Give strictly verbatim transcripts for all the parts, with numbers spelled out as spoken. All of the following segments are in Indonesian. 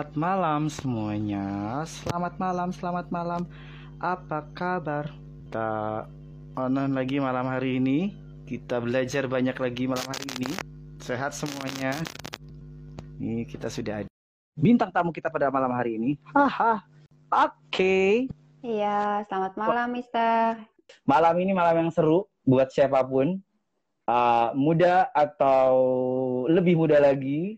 Selamat malam semuanya. Selamat malam, selamat malam. Apa kabar? Kita online lagi malam hari ini. Kita belajar banyak lagi malam hari ini. Sehat semuanya. Ini kita sudah ada bintang tamu kita pada malam hari ini. Haha. Oke. Okay. Iya, selamat malam, Mister. Malam ini malam yang seru buat siapapun. Uh, muda atau lebih muda lagi.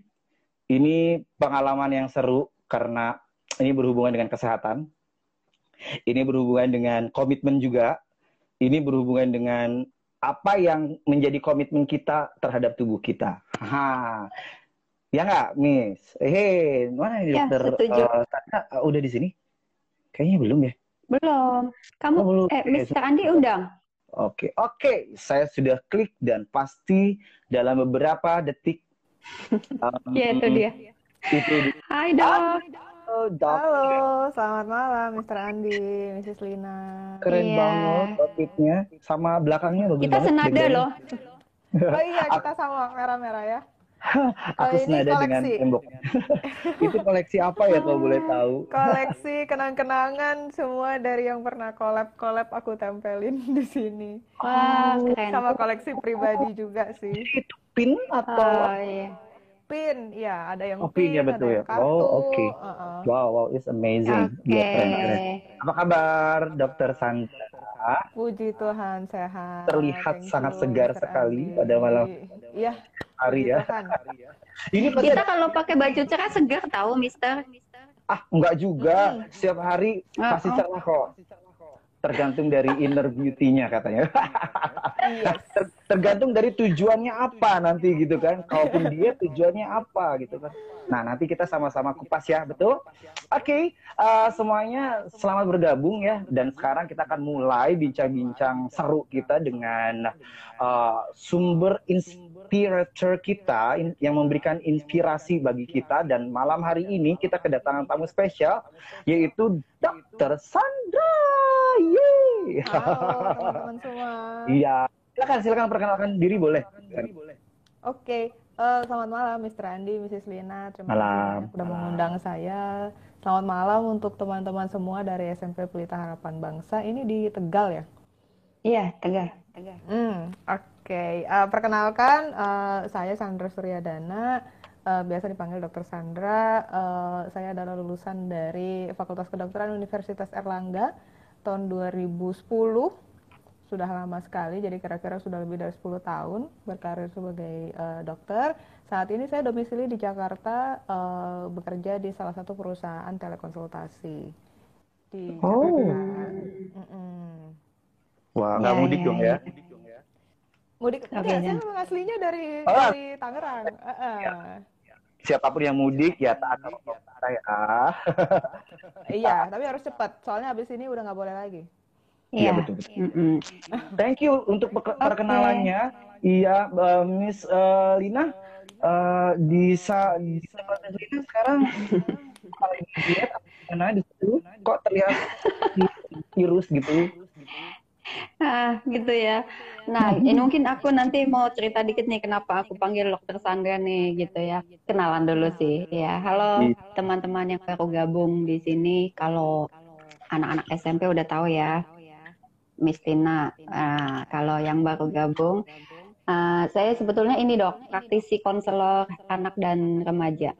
Ini pengalaman yang seru karena ini berhubungan dengan kesehatan. Ini berhubungan dengan komitmen juga. Ini berhubungan dengan apa yang menjadi komitmen kita terhadap tubuh kita. Ha. Ya nggak, Miss? Hei, mana ini ya, dokter? Uh, Tata uh, udah di sini? Kayaknya belum ya? Belum. Kamu, oh, belum. eh, Mister Andi undang? Oke, oke. Saya sudah klik dan pasti dalam beberapa detik um, ya itu dia. Itu dia. Hai dok. Halo, dok. Halo, selamat malam Mister Andi, Missus Lina. Keren yeah. banget outfitnya, sama belakangnya bagus kita banget. Kita senada loh. Oh iya, kita sama merah-merah ya. Aku oh, senada dengan tembok. Itu koleksi apa ya kalau boleh tahu? Koleksi kenang-kenangan semua dari yang pernah collab-collab aku tempelin di sini. Wah, wow, keren. Sama koleksi pribadi juga sih. Itu pin atau oh, iya. Pin, ya ada yang oh, pin, ya, betul, ada yang ya. kartu. Oh, oke. Okay. Uh-uh. Wow, wow, it's amazing. Okay. Ya, keren, keren. Apa kabar, Dokter Sandra? Puji Tuhan, sehat. Terlihat Thank sangat you, segar Mister sekali Andi. pada malam Iya. hari ya. Ini kita kalau pakai baju cerah segar tahu, Mister. Ah, enggak juga. Hmm. Setiap hari pasti cerah kok. Tergantung dari inner beauty-nya katanya. Yes. Ter tergantung dari tujuannya apa nanti gitu kan. Kalaupun dia tujuannya apa gitu kan. Nah, nanti kita sama-sama kupas ya, betul? Oke, okay. uh, semuanya selamat bergabung ya. Dan sekarang kita akan mulai bincang-bincang seru kita dengan uh, sumber inspirator kita in yang memberikan inspirasi bagi kita. Dan malam hari ini kita kedatangan tamu spesial, yaitu Dokter Sandra. Yeay. Halo teman-teman semua. Iya, silakan silakan perkenalkan diri boleh. Oke, okay. uh, selamat malam Mister Andi, Missus Lina. Terima malam. kasih sudah mengundang saya. Selamat malam untuk teman-teman semua dari S M P Pelita Harapan Bangsa. Ini di Tegal ya? Iya, Tegal. Tegal. Hmm, Oke, okay. uh, perkenalkan uh, saya Sandra Suryadana. Uh, biasa dipanggil Dokter Sandra. Uh, saya adalah lulusan dari Fakultas Kedokteran Universitas Erlangga tahun dua ribu sepuluh. Sudah lama sekali, jadi kira-kira sudah lebih dari sepuluh tahun berkarir sebagai uh, dokter. Saat ini saya domisili di Jakarta, uh, bekerja di salah satu perusahaan telekonsultasi di oh. Jakarta. Mm -mm. Wah, nggak ya, mudik ya, dong ya? Mudik, okay, enggak, ya. saya memang aslinya dari, oh. dari Tangerang. Uh -uh. Ya. Siapapun yang mudik ya taat sama saya. Iya, tapi harus cepat. Soalnya habis ini udah nggak boleh lagi. Iya, betul betul. Mm -mm. Thank you untuk perkenalannya. Okay. Iya, uh, Miss uh, Lina. Uh, di sa di tempat Lina sekarang kalau diet karena di situ kok terlihat virus gitu. Ah, gitu ya. Nah, ini mungkin aku nanti mau cerita dikit nih kenapa aku panggil Dokter Sandra nih gitu ya. Kenalan dulu sih. Ya, halo teman-teman yang baru gabung di sini. Kalau anak-anak S M P udah tahu ya, Miss Tina. Nah, kalau yang baru gabung, uh, saya sebetulnya ini dok, praktisi konselor anak dan remaja.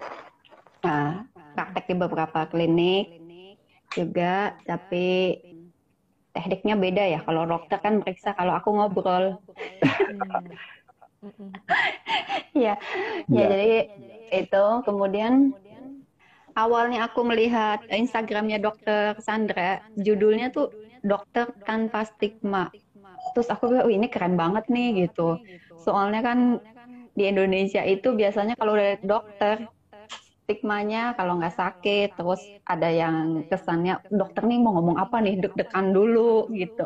Nah, praktek di beberapa klinik juga, tapi tekniknya beda ya. Kalau dokter kan meriksa, kalau aku ngobrol. ya, ya jadi itu. Kemudian awalnya aku melihat Instagramnya Dokter Sandra, judulnya tuh Dokter Tanpa Stigma. Terus aku bilang, oh ini keren banget nih gitu. Soalnya kan di Indonesia itu biasanya kalau udah dokter, stigmanya kalau nggak sakit, terus ada yang kesannya dokter nih mau ngomong apa nih, deg-degan dulu gitu.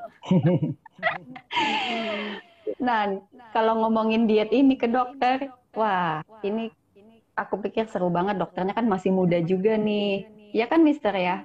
Nah, kalau ngomongin diet ini ke dokter, wah ini aku pikir seru banget, dokternya kan masih muda juga nih. Ya kan Mister ya?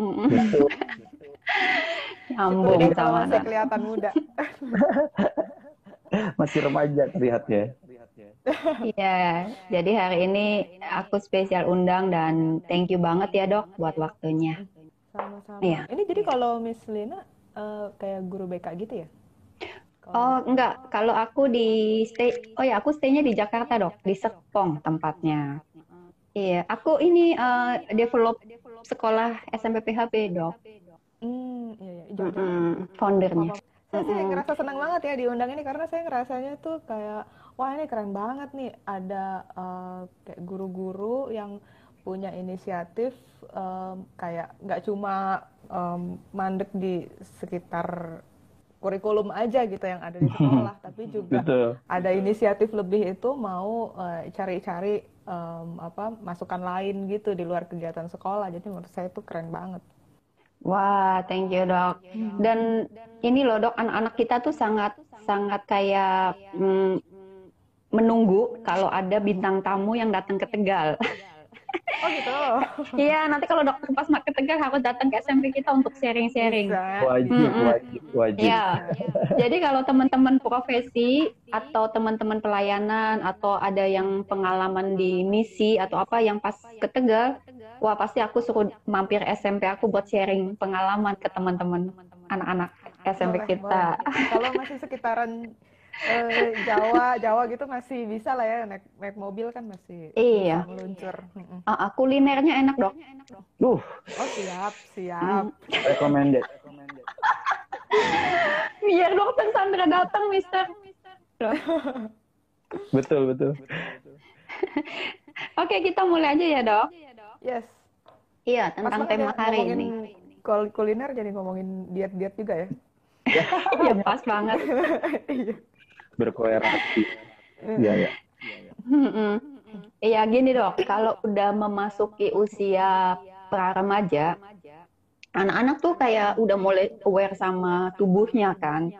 Nyambung sama masih kelihatan muda. Masih remaja terlihat ya. Iya, jadi hari ini aku spesial undang dan thank you banget ya dok buat waktunya. Sama-sama. Iya. Ini jadi kalau Miss Lina eh, kayak guru B K gitu ya? Kalau Oh Miss Lina? enggak, kalau aku di stay, oh ya aku stay-nya di Jakarta dok, di Serpong tempatnya. Iya, aku ini eh, develop sekolah S M P P H B dok. Hmm, iya, iya. Jangan-jangan Mm-mm, foundernya. apa-apa. Saya sih Mm-mm. ngerasa senang banget ya diundang ini karena saya ngerasanya tuh kayak wah ini keren banget nih ada eh, kayak guru-guru yang punya inisiatif em, kayak nggak cuma em, mandek di sekitar kurikulum aja gitu yang ada di sekolah, tapi juga Betul. ada inisiatif lebih itu mau eh, cari-cari em, apa masukan lain gitu di luar kegiatan sekolah. Jadi menurut saya itu keren banget. Wah, thank you dok. Hmm. Dan ini loh dok, anak-anak kita tuh sangat sangat kayak mm, menunggu kalau ada bintang tamu yang datang ke Tegal. Oh gitu. Iya, nanti kalau dokter pas mak ke Tegal harus datang ke S M P kita untuk sharing-sharing. Bisa, Wajib, bisa. Mm-mm. wajib, wajib. Ya, jadi kalau teman-teman profesi atau teman-teman pelayanan atau ada yang pengalaman di misi atau apa yang pas ke Tegal, wah pasti aku suruh mampir S M P aku buat sharing pengalaman ke teman-teman anak-anak S M P Boleh, boleh. kita. Kalau masih sekitaran eh, Jawa, Jawa gitu masih bisa lah ya naik naik mobil kan masih bisa Iya, meluncur. Mm-mm. Ah, ah, kulinernya enak dok. Duh, Oh siap, siap. Mm. recommended. Biar dokter Sandra datang, Mister. Loh. Betul, betul. Oke, kita mulai aja ya dok. Yes. Iya, Pas tentang banget ya tema hari ngomongin ini. kul- kuliner jadi ngomongin diet-diet juga ya. Ya pas banget. Iya. Berkolerasi. Iya, ya. Mm-mm. Iya gini dok, kalau udah memasuki usia pra remaja, anak-anak tuh kayak udah mulai aware sama tubuhnya kan,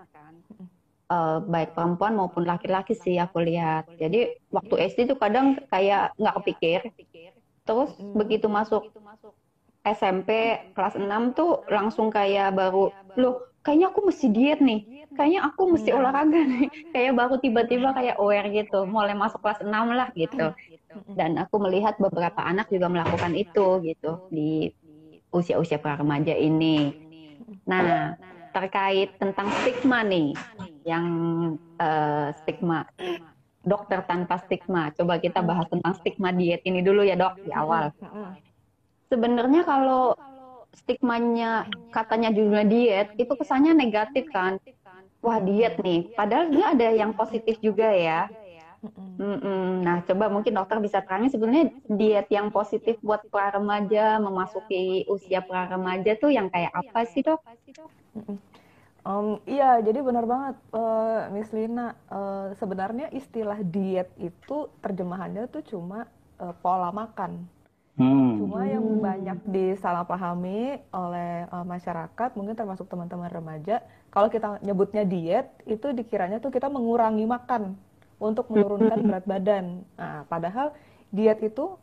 Eh, baik perempuan maupun laki-laki sih aku lihat. Jadi waktu S D tuh kadang kayak nggak kepikir, terus Mm-mm. begitu masuk S M P kelas enam tuh langsung kayak baru, loh kayaknya aku mesti diet nih, kayaknya aku mesti Hmm. olahraga nih, kayak baru tiba-tiba kayak aware gitu, mulai masuk kelas enam lah gitu. Mm-mm. Dan aku melihat beberapa anak juga melakukan itu gitu di usia-usia pra remaja ini. Nah, terkait tentang stigma nih, yang eh, stigma dokter tanpa stigma. Coba kita bahas tentang stigma diet ini dulu ya dok di awal. Mm-mm. Sebenarnya kalau stigmanya katanya judulnya diet, itu kesannya negatif kan. Wah diet nih, padahal dia ada yang positif juga ya. Mm-mm. Mm-mm. Nah, coba mungkin dokter bisa terangin sebenarnya diet yang positif buat pra remaja memasuki usia pra remaja tuh yang kayak apa sih dok? Mm-mm. Em, iya, jadi benar banget, eh, Miss Lina. Eh, sebenarnya istilah diet itu terjemahannya tuh cuma eh, pola makan. Hmm. Cuma yang banyak disalahpahami oleh eh, masyarakat, mungkin termasuk teman-teman remaja, kalau kita nyebutnya diet, itu dikiranya tuh kita mengurangi makan untuk menurunkan berat badan. Nah, padahal diet itu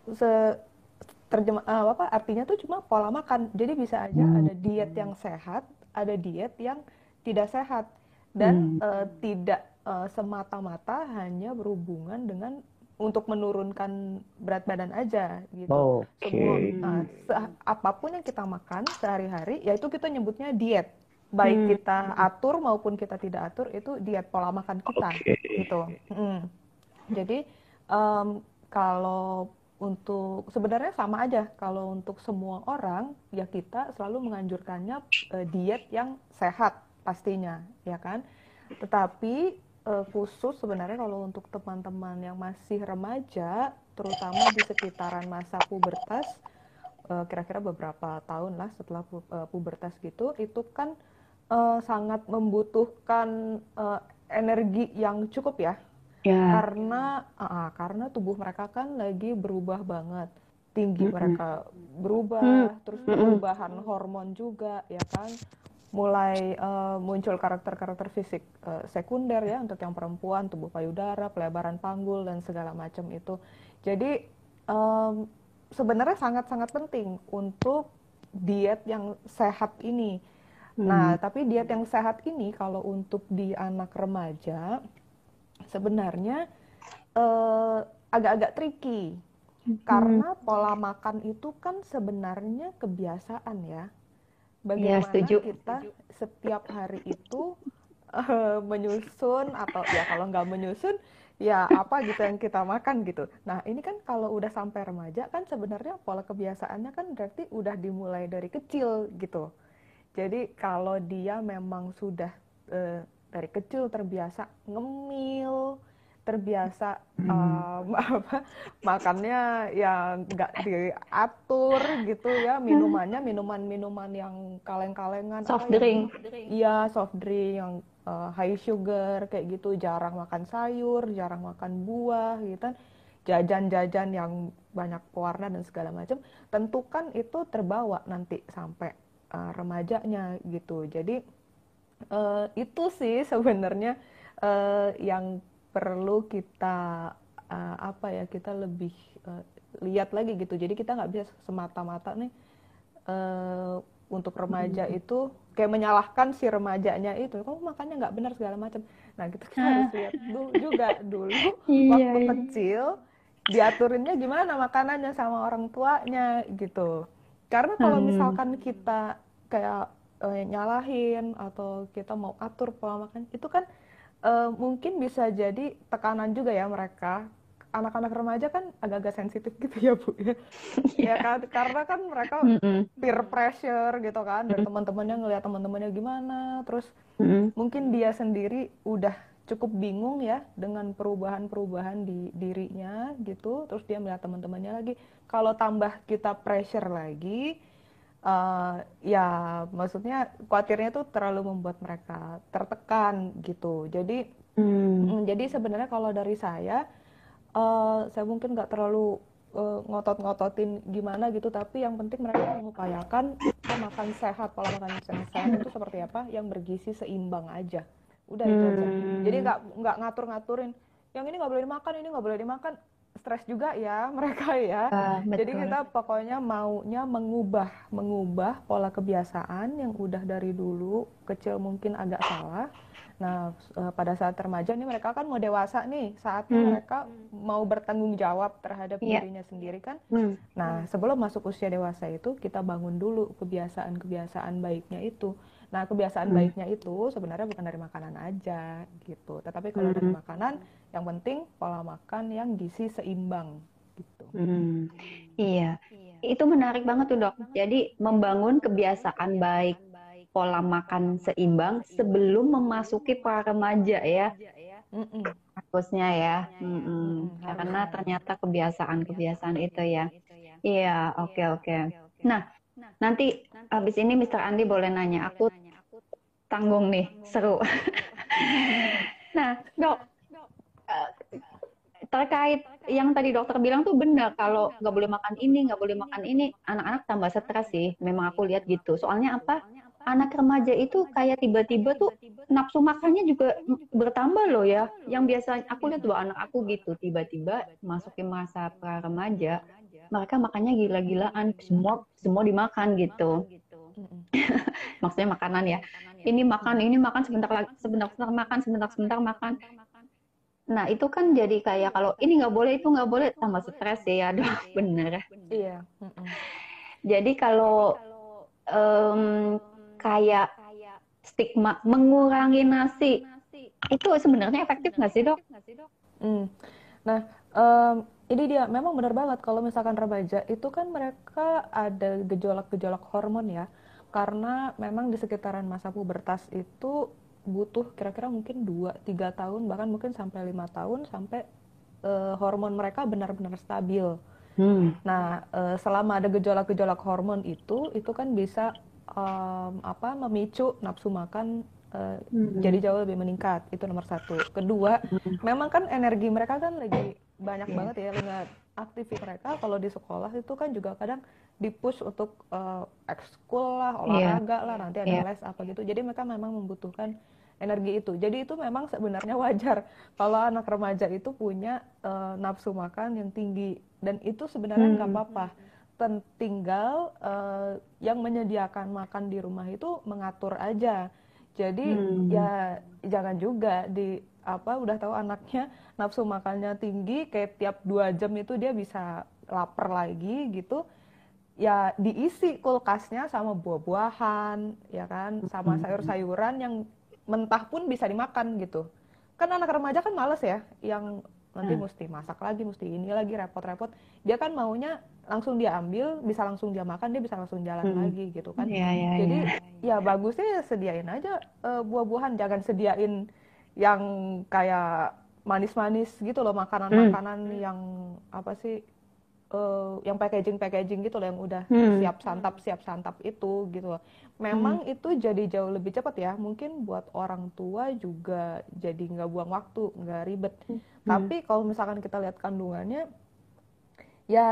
se terjemah eh, apa artinya tuh cuma pola makan. Jadi bisa aja ada diet yang sehat, ada diet yang tidak sehat dan Hmm. eh, tidak eh, semata-mata hanya berhubungan dengan untuk menurunkan berat badan aja gitu. Semua Oke. eh, se- apapun yang kita makan sehari-hari, yaitu kita nyebutnya diet. Baik Hmm. kita atur maupun kita tidak atur itu diet pola makan kita Oke. gitu. Mm. Jadi em, kalau untuk sebenarnya sama aja kalau untuk semua orang ya kita selalu menganjurkannya eh, diet yang sehat pastinya ya kan. Tetapi eh, khusus sebenarnya kalau untuk teman-teman yang masih remaja terutama di sekitaran masa pubertas eh, kira-kira beberapa tahun lah setelah pu- eh, pubertas gitu itu kan eh, sangat membutuhkan eh, energi yang cukup ya Ya. karena ah, ah, karena tubuh mereka kan lagi berubah banget tinggi Mm-mm. mereka Hmm. berubah terus Mm-mm. perubahan hormon juga ya kan mulai eh, muncul karakter-karakter fisik eh, sekunder ya untuk yang perempuan tubuh payudara pelebaran panggul dan segala macam itu jadi em, sebenarnya sangat-sangat penting untuk diet yang sehat ini. Nah, Hmm. tapi diet yang sehat ini kalau untuk di anak remaja sebenarnya uh, agak-agak tricky. Karena pola makan itu kan sebenarnya kebiasaan ya. Bagaimana setuju. kita setiap hari itu uh, menyusun atau ya kalau nggak menyusun ya apa gitu yang kita makan gitu. Nah ini kan kalau udah sampai remaja kan sebenarnya pola kebiasaannya kan berarti udah dimulai dari kecil gitu. Jadi kalau dia memang sudah uh, dari kecil terbiasa ngemil, terbiasa um, apa makannya yang nggak diatur gitu ya, minumannya minuman-minuman yang kaleng-kalengan, Soft apa drink. Iya, soft drink yang uh, high sugar kayak gitu, jarang makan sayur, jarang makan buah gitu kan, jajan-jajan yang banyak pewarna dan segala macam, tentu kan itu terbawa nanti sampai uh, remajanya gitu. Jadi uh, itu sih sebenarnya uh, yang perlu kita uh, apa ya kita lebih uh, lihat lagi gitu. Jadi kita nggak bisa semata-mata nih uh, untuk remaja itu kayak menyalahkan si remajanya itu, kamu makannya nggak benar segala macam. Nah gitu kita harus lihat dulu juga dulu waktu Iya, kecil diaturinnya gimana makanannya sama orang tuanya gitu. Karena kalau misalkan kita kayak eh, nyalahin atau kita mau atur pola makan itu kan Uh, mungkin bisa jadi tekanan juga ya mereka. Anak-anak remaja kan agak-agak sensitif gitu ya Bu ya. Ya kan karena kan mereka peer pressure gitu kan dari teman-temannya, ngelihat teman-temannya gimana, terus mungkin dia sendiri udah cukup bingung ya dengan perubahan-perubahan di dirinya gitu, terus dia melihat teman-temannya lagi. Kalau tambah kita pressure lagi, Uh, ya maksudnya khawatirnya tuh terlalu membuat mereka tertekan gitu. Jadi Hmm. mm, jadi sebenarnya kalau dari saya, uh, saya mungkin nggak terlalu uh, ngotot-ngototin gimana gitu, tapi yang penting mereka mengupayakan pola makan sehat. Pola makan yang sehat itu seperti apa? Yang bergizi seimbang aja. Udah itu aja. Jadi nggak nggak ngatur-ngaturin. Yang ini nggak boleh dimakan, ini nggak boleh dimakan. Stres juga ya mereka ya. Ah, Jadi betul. kita pokoknya maunya mengubah mengubah pola kebiasaan yang udah dari dulu kecil mungkin agak salah. Nah, eh, pada saat remaja nih mereka kan mau dewasa nih, saatnya Hmm. mereka mau bertanggung jawab terhadap Iya. dirinya sendiri kan. Hmm. Nah, sebelum masuk usia dewasa itu kita bangun dulu kebiasaan-kebiasaan baiknya itu. Nah, kebiasaan Hmm. baiknya itu sebenarnya bukan dari makanan aja gitu. Tetapi kalau dari makanan, yang penting pola makan yang gizi seimbang gitu. Hmm. Iya, itu menarik banget tuh dok. Jadi membangun kebiasaan baik, pola makan seimbang sebelum memasuki para remaja ya, Mm-mm. harusnya ya. Mm-mm. Mm-mm, Karena harusnya. ternyata kebiasaan-kebiasaan itu ya. Iya, oke oke. Nah, nanti habis ini Mister Andi boleh nanya, aku tanggung nih, seru. Nah, dok, eh, terkait yang tadi dokter bilang tuh benar, kalau nggak boleh makan ini, nggak boleh makan ini, anak-anak tambah stres sih. Memang aku lihat gitu. Soalnya apa? Anak remaja itu kayak tiba-tiba tuh nafsu makannya juga bertambah loh ya. Yang biasa aku lihat dua anak aku gitu, tiba-tiba masukin masa pra remaja, mereka makannya gila-gilaan, semua semua dimakan gitu. Maksudnya makanan ya. Ini makan, ini makan sebentar lagi, sebentar-sebentar makan, sebentar-sebentar makan. Nah, itu kan jadi kayak kalau ini nggak boleh, itu nggak boleh, tambah stres ya. Aduh, bener. Iya. Mm-mm. Jadi kalau em, kayak stigma mengurangi nasi, itu sebenarnya efektif nggak sih, dok? Mm. Nah, em, ini dia memang benar banget kalau misalkan remaja itu kan mereka ada gejolak-gejolak hormon ya. Karena memang di sekitaran masa pubertas itu butuh kira-kira mungkin dua tiga tahun, bahkan mungkin sampai lima tahun sampai uh, hormon mereka benar-benar stabil. Hmm. Nah, uh, selama ada gejolak-gejolak hormon itu, itu kan bisa um, apa memicu nafsu makan uh, hmm. jadi jauh lebih meningkat. Itu nomor satu. Kedua, hmm. memang kan energi mereka kan lagi banyak yeah. banget ya, lihat aktivitas mereka kalau di sekolah itu kan juga kadang dipush untuk uh, ekskul lah, olahraga yeah. lah, nanti ada yeah. les apa gitu. Jadi mereka memang membutuhkan energi itu. Jadi itu memang sebenarnya wajar kalau anak remaja itu punya uh, nafsu makan yang tinggi, dan itu sebenarnya nggak hmm. apa-apa. Tinggal uh, yang menyediakan makan di rumah itu mengatur aja. Jadi Hmm. ya jangan juga di apa udah tahu anaknya nafsu makannya tinggi, kayak tiap dua jam itu dia bisa lapar lagi gitu. Ya diisi kulkasnya sama buah-buahan, ya kan, sama sayur-sayuran yang mentah pun bisa dimakan gitu. Kan anak remaja kan males ya, yang nanti Hmm. mesti masak lagi, mesti ini lagi, repot-repot. Dia kan maunya langsung dia ambil, bisa langsung dia makan, dia bisa langsung jalan Hmm. lagi gitu kan. Ya, ya, Jadi ya. ya bagusnya ya sediain aja eh, buah-buahan, jangan sediain yang kayak manis-manis gitu loh, Hmm. makanan-makanan yang apa sih, eh, yang packaging-packaging gitu loh, yang udah Hmm. siap santap siap santap itu gitu loh. Hmm. Memang itu jadi jauh lebih cepat ya. Mungkin buat orang tua juga jadi nggak buang waktu, nggak ribet. Hmm. Tapi kalau misalkan kita lihat kandungannya, ya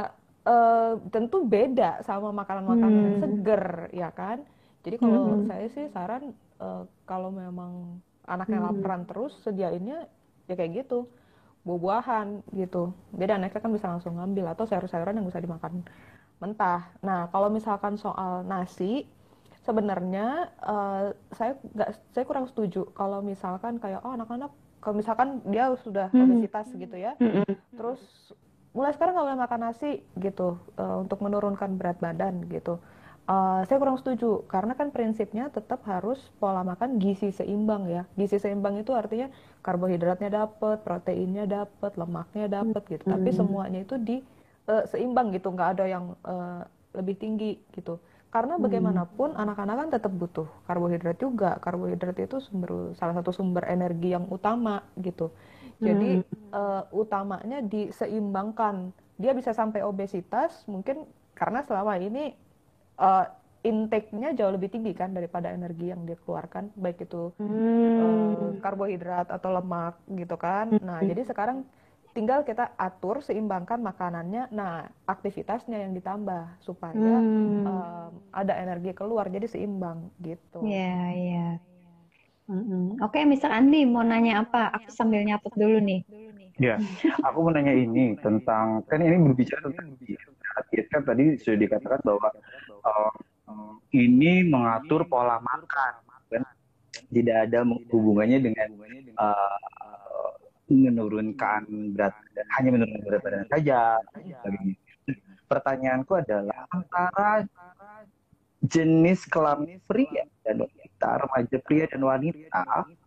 eh, tentu beda sama makanan-makanan yang Hmm. seger, ya kan. Jadi kalau Hmm. saya sih saran, eh, kalau memang anaknya Hmm. laparan terus, sediainnya ya kayak gitu, buah-buahan gitu. Jadi anaknya kan bisa langsung ngambil, atau sayur-sayuran yang bisa dimakan mentah. Nah, kalau misalkan soal nasi, sebenarnya eh, saya nggak, saya kurang setuju kalau misalkan kayak oh anak-anak, kalau misalkan dia sudah Hmm. obesitas gitu ya, Hmm. terus mulai sekarang nggak boleh makan nasi gitu eh, untuk menurunkan berat badan gitu. Eh, saya kurang setuju karena kan prinsipnya tetap harus pola makan gizi seimbang ya. Gizi seimbang itu artinya karbohidratnya dapat, proteinnya dapat, lemaknya dapat gitu. Tapi Hmm. semuanya itu di eh, seimbang gitu, nggak ada yang eh, lebih tinggi gitu. Karena Hmm. bagaimanapun anak-anak kan tetap butuh karbohidrat juga. Karbohidrat itu sumber, salah satu sumber energi yang utama gitu. Jadi Hmm. eh, utamanya diseimbangkan. Dia bisa sampai obesitas mungkin karena selama ini eh, intake-nya jauh lebih tinggi kan daripada energi yang dia keluarkan, baik itu eh, Hmm. karbohidrat atau lemak gitu kan. Nah, jadi sekarang tinggal kita atur, seimbangkan makanannya. Nah, aktivitasnya yang ditambah supaya Hmm. em, ada energi keluar, jadi seimbang gitu. Ya, ya. Mm-mm. Oke, Mister Andi mau nanya apa? Aku sambil nyatet dulu nih. Ya, aku mau nanya ini tentang, kan ini berbicara tentang diet. Nah, diet kan tadi sudah dikatakan bahwa um, ini mengatur pola makan, kan? Tidak ada hubungannya dengan uh, menurunkan berat, hanya menurunkan berat badan saja. Sebagainya. Pertanyaanku adalah antara jenis kelamin pria dan wanita, remaja pria dan wanita,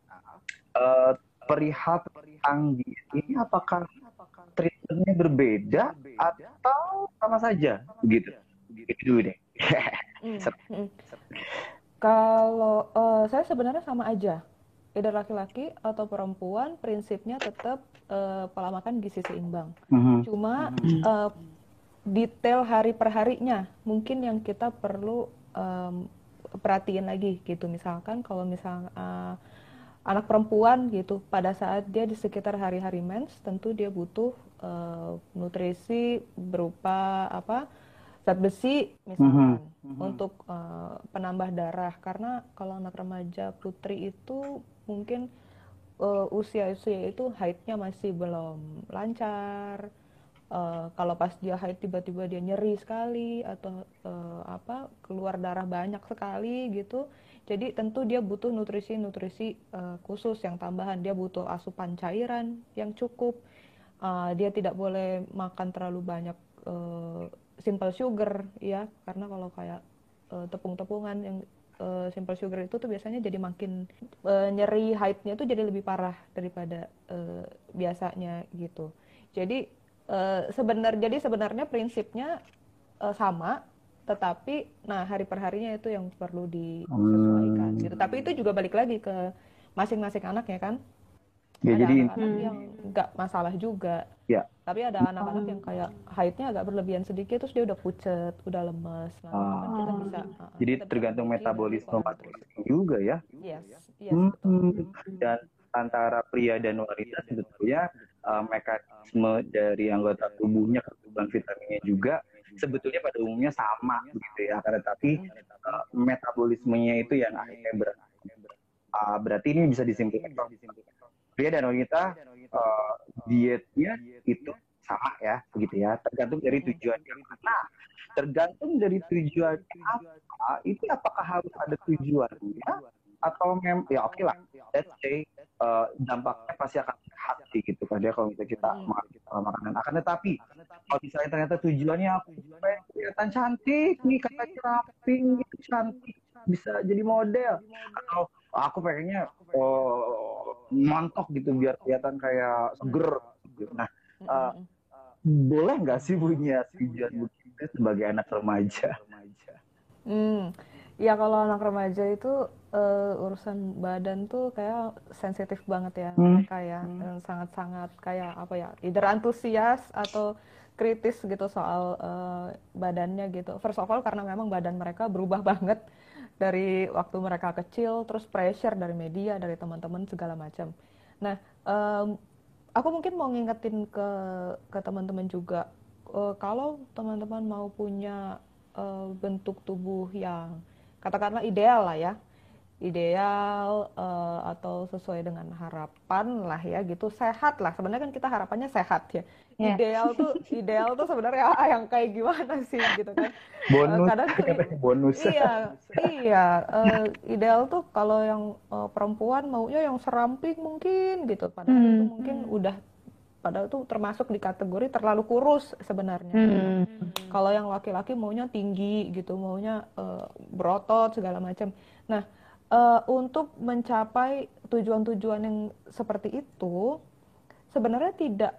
uh, perihal tentang diet ini apakah treatmentnya berbeda atau sama saja begitu? Itu dulu deh. Hmm, hmm. Kalau eh, saya sebenarnya sama aja, either laki-laki atau perempuan, prinsipnya tetap eh, pola makan gizi seimbang. Mhm. Cuma eh, detail hari per harinya mungkin yang kita perlu em, perhatiin lagi gitu. Misalkan kalau misal eh, anak perempuan gitu, pada saat dia di sekitar hari-hari mens, tentu dia butuh eh, nutrisi berupa apa, zat besi Mhm. misalkan, untuk eh, penambah darah. Karena kalau anak remaja putri itu mungkin eh, usia-usia itu haidnya masih belum lancar. Eh, kalau pas dia haid tiba-tiba dia nyeri sekali atau eh, apa, keluar darah banyak sekali gitu. Jadi tentu dia butuh nutrisi-nutrisi eh, khusus yang tambahan. Dia butuh asupan cairan yang cukup. Eh, dia tidak boleh makan terlalu banyak eh, simple sugar ya, karena kalau kayak eh, tepung-tepungan yang eh, simple sugar itu tuh biasanya jadi makin eh, nyeri haidnya itu jadi lebih parah daripada eh, biasanya gitu. Jadi eh, sebenar jadi sebenarnya prinsipnya eh, sama, tetapi nah hari perharinya itu yang perlu disesuaikan gitu. Hmm. Tapi itu juga balik lagi ke masing-masing anak ya kan. Ya Ada jadi anak-anak Hmm. yang nggak masalah juga, ya tapi ada anak-anak Oh. yang kayak haidnya agak berlebihan sedikit, terus dia udah pucet, udah lemes. Nah itu kan kita Oh. bisa uh, jadi kita bisa tergantung perbaiki dari metabolisme pola nutrisi. masing-masing juga ya. Yes, yes betul. Hmm. Dan antara pria dan wanita sebetulnya uh, mekanisme dari anggota tubuhnya, kebutuhan vitaminnya juga sebetulnya pada umumnya sama gitu ya. Karena tapi uh, metabolismenya itu yang akhirnya berat. Uh, berarti ini bisa disimpulkan bahwa pria dan wanita uh, dietnya itu sama ya, begitu ya. Tergantung dari tujuannya. Nah, tergantung dari tujuannya apa, itu apakah harus ada tujuannya atau mem ya oke lah, let's say uh, dampaknya pasti akan sehat sih gitu kan dia kalau misalnya kita Mm-mm. makan pola makanan. Akan tetapi kalau misalnya ternyata tujuannya aku supaya kelihatan cantik nih, katanya rapi gitu, cantik, bisa jadi model, atau aku pengennya oh, montok gitu biar kelihatan kayak seger gitu. Nah, uh, Mm-mm. boleh nggak sih punya tujuan begitu sebagai anak remaja? Hmm, ya kalau anak remaja itu eh, urusan badan tuh kayak sensitif banget ya Hmm. mereka ya. Eh, sangat-sangat kayak apa ya, either antusias atau kritis gitu soal eh, badannya gitu. First of all karena memang badan mereka berubah banget dari waktu mereka kecil, terus pressure dari media, dari teman-teman segala macam. Nah, em, aku mungkin mau ngingetin ke ke teman-teman juga, eh, kalau teman-teman mau punya eh, bentuk tubuh yang katakanlah ideal lah ya, ideal eh, atau sesuai dengan harapan lah ya gitu, sehat lah, sebenarnya kan kita harapannya sehat ya. Ya. Ideal tuh ideal tuh sebenarnya yang kayak gimana sih gitu kan. Eh, Bonus, kadang tuh i- katanya bonus. iya iya eh, ideal tuh kalau yang eh, perempuan maunya yang seramping mungkin gitu, padahal itu Hmm. mungkin udah, padahal itu termasuk di kategori terlalu kurus sebenarnya gitu. Hmm. Kalau yang laki-laki maunya tinggi gitu, maunya eh, berotot segala macam. Nah, eh, untuk mencapai tujuan-tujuan yang seperti itu, sebenarnya tidak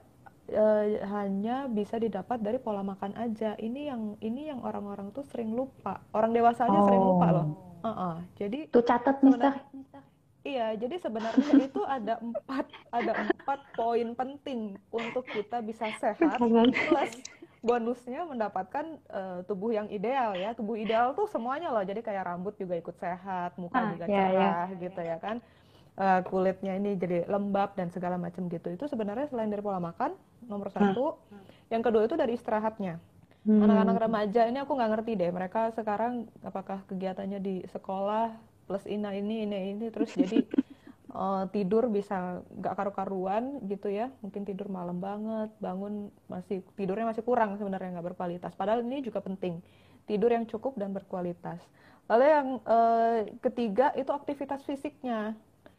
eh, hanya bisa didapat dari pola makan aja. Ini yang ini yang orang-orang tuh sering lupa. Orang dewasa aja sering lupa loh. Oh, Uh-uh. Jadi tuh catat, Mister. sebenarnya iya, jadi sebenarnya itu ada empat ada empat poin penting untuk kita bisa sehat, Catat. plus bonusnya mendapatkan eh, tubuh yang ideal ya. Tubuh ideal tuh semuanya loh. Jadi kayak rambut juga ikut sehat, muka Ah, juga ya, ya. cerah gitu ya kan. Eh, kulitnya ini jadi lembab dan segala macam gitu. Itu sebenarnya selain dari pola makan nomor satu. Yang kedua itu dari istirahatnya. Anak-anak Hmm. remaja ini aku nggak ngerti deh. Mereka sekarang apakah kegiatannya di sekolah plus ini ini ini ini terus jadi eh, tidur bisa nggak karu-karuan gitu ya. Mungkin tidur malam banget, bangun masih tidurnya masih kurang sebenarnya, nggak berkualitas. Padahal ini juga penting, tidur yang cukup dan berkualitas. Lalu yang eh, ketiga itu aktivitas fisiknya.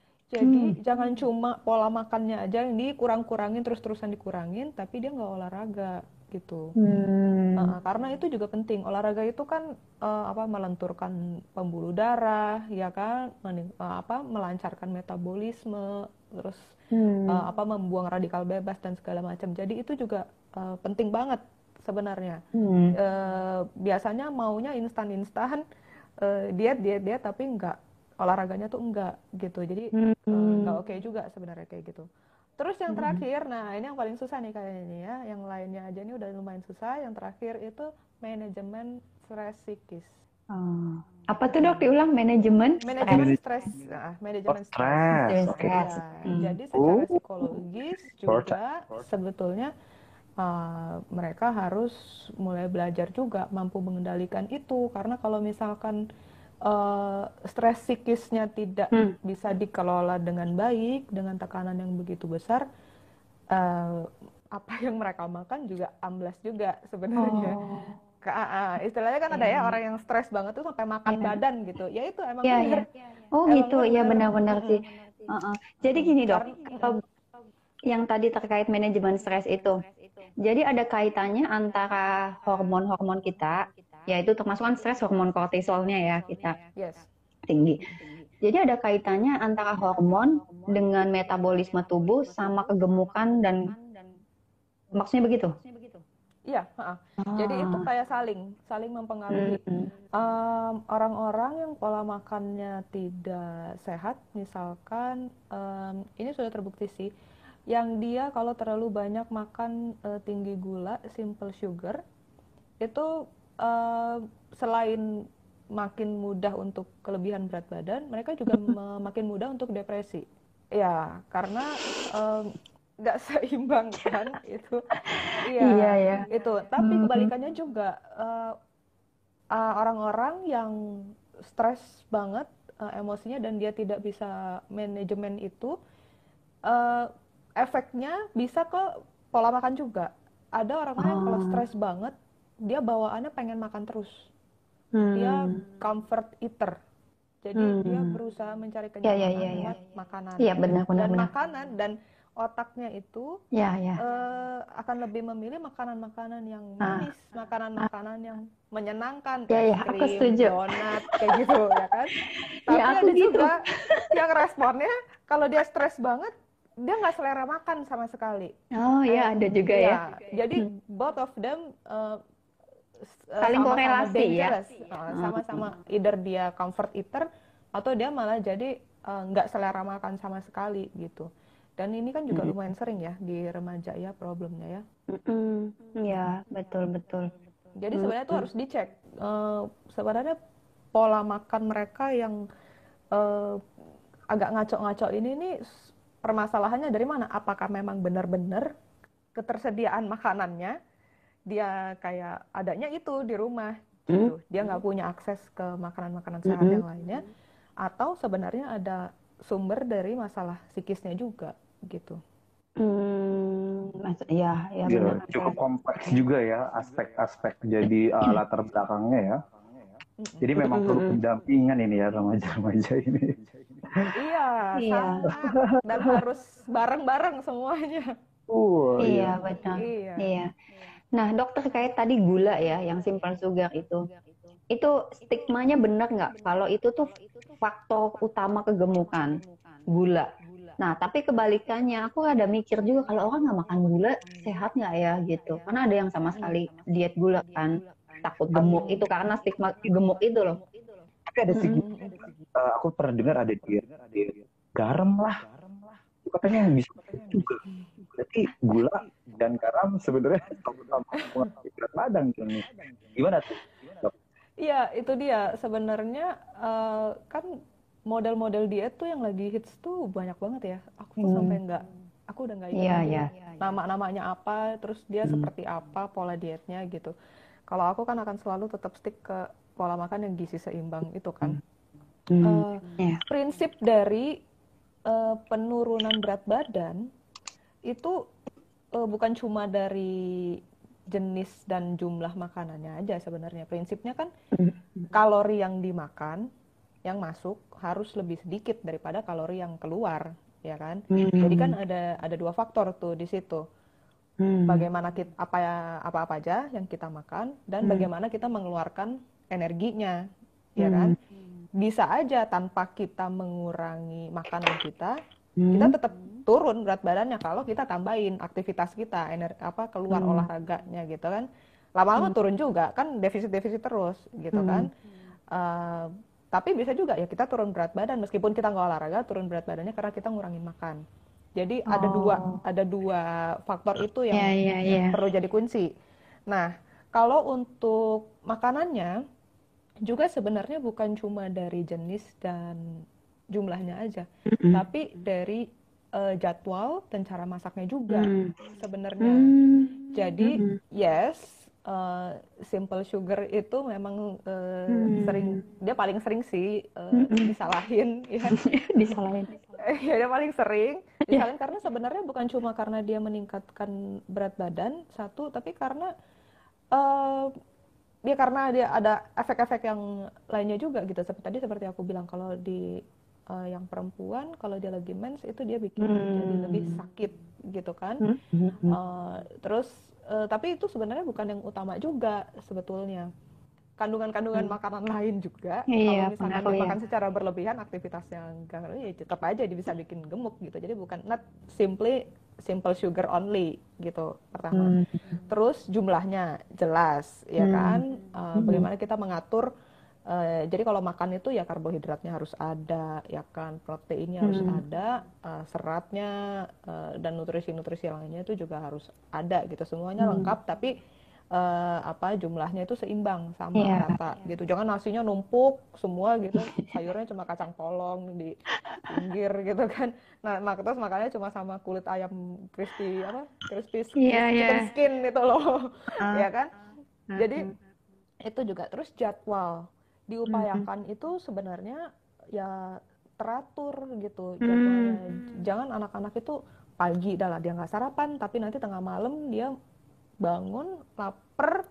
Jadi Hmm. jangan cuma pola makannya aja yang dikurang-kurangin terus-terusan dikurangin, tapi dia nggak olahraga gitu. Uh, Hmm. uh, karena itu juga penting. Olahraga itu kan uh, apa melenturkan pembuluh darah, ya kan, Mening- uh, apa melancarkan metabolisme, terus uh, Hmm. apa membuang radikal bebas dan segala macam. Jadi itu juga uh, penting banget sebenarnya. Hmm. Uh, biasanya maunya instan-instan, uh, diet diet diet tapi enggak, olahraganya tuh enggak gitu. Jadi uh, enggak Hmm. oke juga sebenarnya kayak gitu. Terus yang terakhir, nah ini yang paling susah nih kayaknya nih ya. Yang lainnya aja ini udah lumayan susah. Yang terakhir itu manajemen stres psikis. Oh. Apa tuh dok diulang, manajemen stres? Manajemen stres, nah, Oh, manajemen stres. stres. Manajemen Oke. stres. Ya, Hmm. jadi Oh, secara psikologis short. juga sebetulnya uh, mereka harus mulai belajar juga mampu mengendalikan itu. Karena kalau misalkan uh, stres psikisnya tidak Hmm. bisa dikelola dengan baik, dengan tekanan yang begitu besar, uh, apa yang mereka makan juga amblas juga sebenarnya. Oh, Ka- ah, ah. Istilahnya kan ada ya ya, orang yang stres banget tuh sampai makan ya, badan gitu. Ya itu emang ya, bener, ya. Oh emang gitu, ya bener. benar-benar Mm-mm. sih. Uh-uh. Jadi Mm-mm. gini dok, Karena kalau yang tadi terkait manajemen stres itu, jadi ada kaitannya antara hormon-hormon kita, yaitu termasuk kan stres hormon kortisolnya ya kita yes. tinggi. Jadi ada kaitannya antara hormon dengan metabolisme tubuh sama kegemukan dan maksudnya begitu. Iya, ha-ha. Jadi itu Ah. kayak saling, saling mempengaruhi. Hmm. Em, orang-orang yang pola makannya tidak sehat, misalkan, em, ini sudah terbukti sih, yang dia kalau terlalu banyak makan eh, tinggi gula, simple sugar, itu eh, selain makin mudah untuk kelebihan berat badan, mereka juga me- makin mudah untuk depresi. Ya, karena em, nggak seimbang kan itu. Iya Iya, ya. itu. Tapi Hmm. kebalikannya juga eh, uh, orang-orang yang stres banget uh, emosinya dan dia tidak bisa manajemen itu, uh, efeknya bisa ke pola makan juga. Ada orang-orang yang kalau Oh. stres banget, dia bawaannya pengen makan terus. Dia Hmm. comfort eater. Jadi Hmm. dia berusaha mencari Ya, ya, kenyamanan ya, ya. lewat makanan. Iya, benar, benar, Dan benar. makanan dan otaknya itu Ya, ya. eh, akan lebih memilih makanan-makanan yang Ah, manis, makanan-makanan yang menyenangkan, ya, es ya, aku krim, setuju. donat, kayak gitu ya kan. Ya, Tapi aku ada gitu. juga yang responnya kalau dia stres banget, dia nggak selera makan sama sekali. Oh, ya, ada And juga ya. ya, jadi Hmm. both of them eh, s- eh, Saling sama-sama korelasi ya. dangerous. Eh, sama-sama either dia comfort eater atau dia malah jadi eh, nggak selera makan sama sekali gitu. Dan ini kan juga Hmm. lumayan sering ya di remaja ya problemnya ya. Mm-mm. Ya, betul, betul. Jadi Hmm. sebenarnya itu harus dicek. Eh, sebenarnya pola makan mereka yang eh, agak ngaco-ngaco ini nih s- permasalahannya dari mana? Apakah memang benar-benar ketersediaan makanannya dia kayak adanya itu di rumah Hmm. gitu, dia nggak punya akses ke makanan-makanan sehat Mm-mm. yang lainnya, atau sebenarnya ada sumber dari masalah psikisnya juga gitu. Hmm. Mas- ya, ya Ya, benar. cukup kompleks juga ya aspek-aspek jadi uh, latar belakangnya ya. Jadi memang perlu Mm-mm. pendampingan ini ya remaja-remaja ini. Iya, Iya, sangat, dan harus bareng-bareng semuanya. Uh, iya, iya. benar. Iya. Iya. Nah, dokter kayak tadi gula ya, yang simple sugar itu. Itu stigmanya benar nggak? Kalau itu tuh faktor utama kegemukan, gula. Nah, tapi kebalikannya, aku ada mikir juga kalau orang nggak makan gula, sehat nggak ya gitu. Karena ada yang sama sekali diet gula kan, takut gemuk itu karena stigma gemuk itu loh. Tapi ada segi, Mm-mm. uh, aku pernah dengar ada diet, diet garam lah. Itu katanya yang bisa juga. Berarti gula dan garam sebenarnya sama-sama mengurangi berat badan kan nih. Gimana tuh? Dok? Iya, itu dia. Sebenarnya eh, kan model-model diet tuh yang lagi hits tuh banyak banget ya. Aku tuh sampai Hmm. nggak, aku udah nggak ingat Iya, lagi iya. nama-namanya apa, terus dia Hmm. seperti apa pola dietnya gitu. Kalau aku kan akan selalu tetap stick ke pola makan yang gizi seimbang itu kan. Hmm. Eh, Iya. prinsip dari eh, penurunan berat badan itu eh, bukan cuma dari jenis dan jumlah makanannya aja sebenarnya. Prinsipnya kan kalori yang dimakan, yang masuk harus lebih sedikit daripada kalori yang keluar, ya kan? Hmm. Jadi kan ada ada dua faktor tuh di situ. Hmm. Bagaimana kita apa apa-apa aja yang kita makan dan Hmm. bagaimana kita mengeluarkan energinya, ya Hmm. kan? Bisa aja tanpa kita mengurangi makanan kita, Hmm. kita tetap turun berat badannya kalau kita tambahin aktivitas kita, ener apa keluar Hmm. olahraganya gitu kan. Lama-lama turun juga kan, defisit-defisit terus gitu Hmm. kan. Uh, tapi bisa juga ya kita turun berat badan meskipun kita nggak olahraga, turun berat badannya karena kita ngurangin makan. Jadi ada dua Oh. ada dua faktor itu yang Ya, ya, ya. perlu jadi kunci. Nah, kalau untuk makanannya juga sebenarnya bukan cuma dari jenis dan jumlahnya aja, Mm-mm. tapi dari uh, jadwal dan cara masaknya juga Hmm. sebenarnya. Hmm. Jadi Mm-mm. yes, uh, simple sugar itu memang uh, Hmm. sering, dia paling sering sih uh, Mm-mm. disalahin ya. Disalahin. Ya dia paling sering Ya. disalahin karena sebenarnya bukan cuma karena dia meningkatkan berat badan satu, tapi karena uh, dia karena dia ada efek-efek yang lainnya juga gitu. Seperti tadi seperti aku bilang, kalau di uh, yang perempuan kalau dia lagi mens itu dia bikin Hmm. jadi lebih sakit gitu kan. Hmm. Uh, terus uh, tapi itu sebenarnya bukan yang utama juga sebetulnya. Kandungan-kandungan Hmm. makanan lain juga, Iya, kalau misalkan pengaruh ya. dimakan secara berlebihan, aktivitas yang enggak, ya tetap aja dia bisa bikin gemuk gitu. Jadi bukan not simply simple sugar only gitu pertama. Hmm. Terus jumlahnya jelas ya Hmm. kan. Uh, Hmm. bagaimana kita mengatur. Uh, jadi kalau makan itu ya karbohidratnya harus ada, ya kan, proteinnya harus Hmm. ada, uh, seratnya uh, dan nutrisi-nutrisi lainnya itu juga harus ada gitu. Semuanya Hmm. lengkap, tapi uh, apa jumlahnya itu seimbang sama Iya. rata gitu. Jangan nasinya numpuk semua gitu, sayurnya cuma kacang polong di pinggir gitu kan. Nah, mak terus makannya cuma sama kulit ayam crispy apa? Crispy Iya, iya. chicken skin itu loh. Ah. Ya kan? Ah. Jadi itu juga. Terus jadwal diupayakan Hmm. itu sebenarnya ya teratur gitu Hmm. jadwalnya. Jangan anak-anak itu pagi dah lah dia nggak sarapan, tapi nanti tengah malam dia bangun lapar,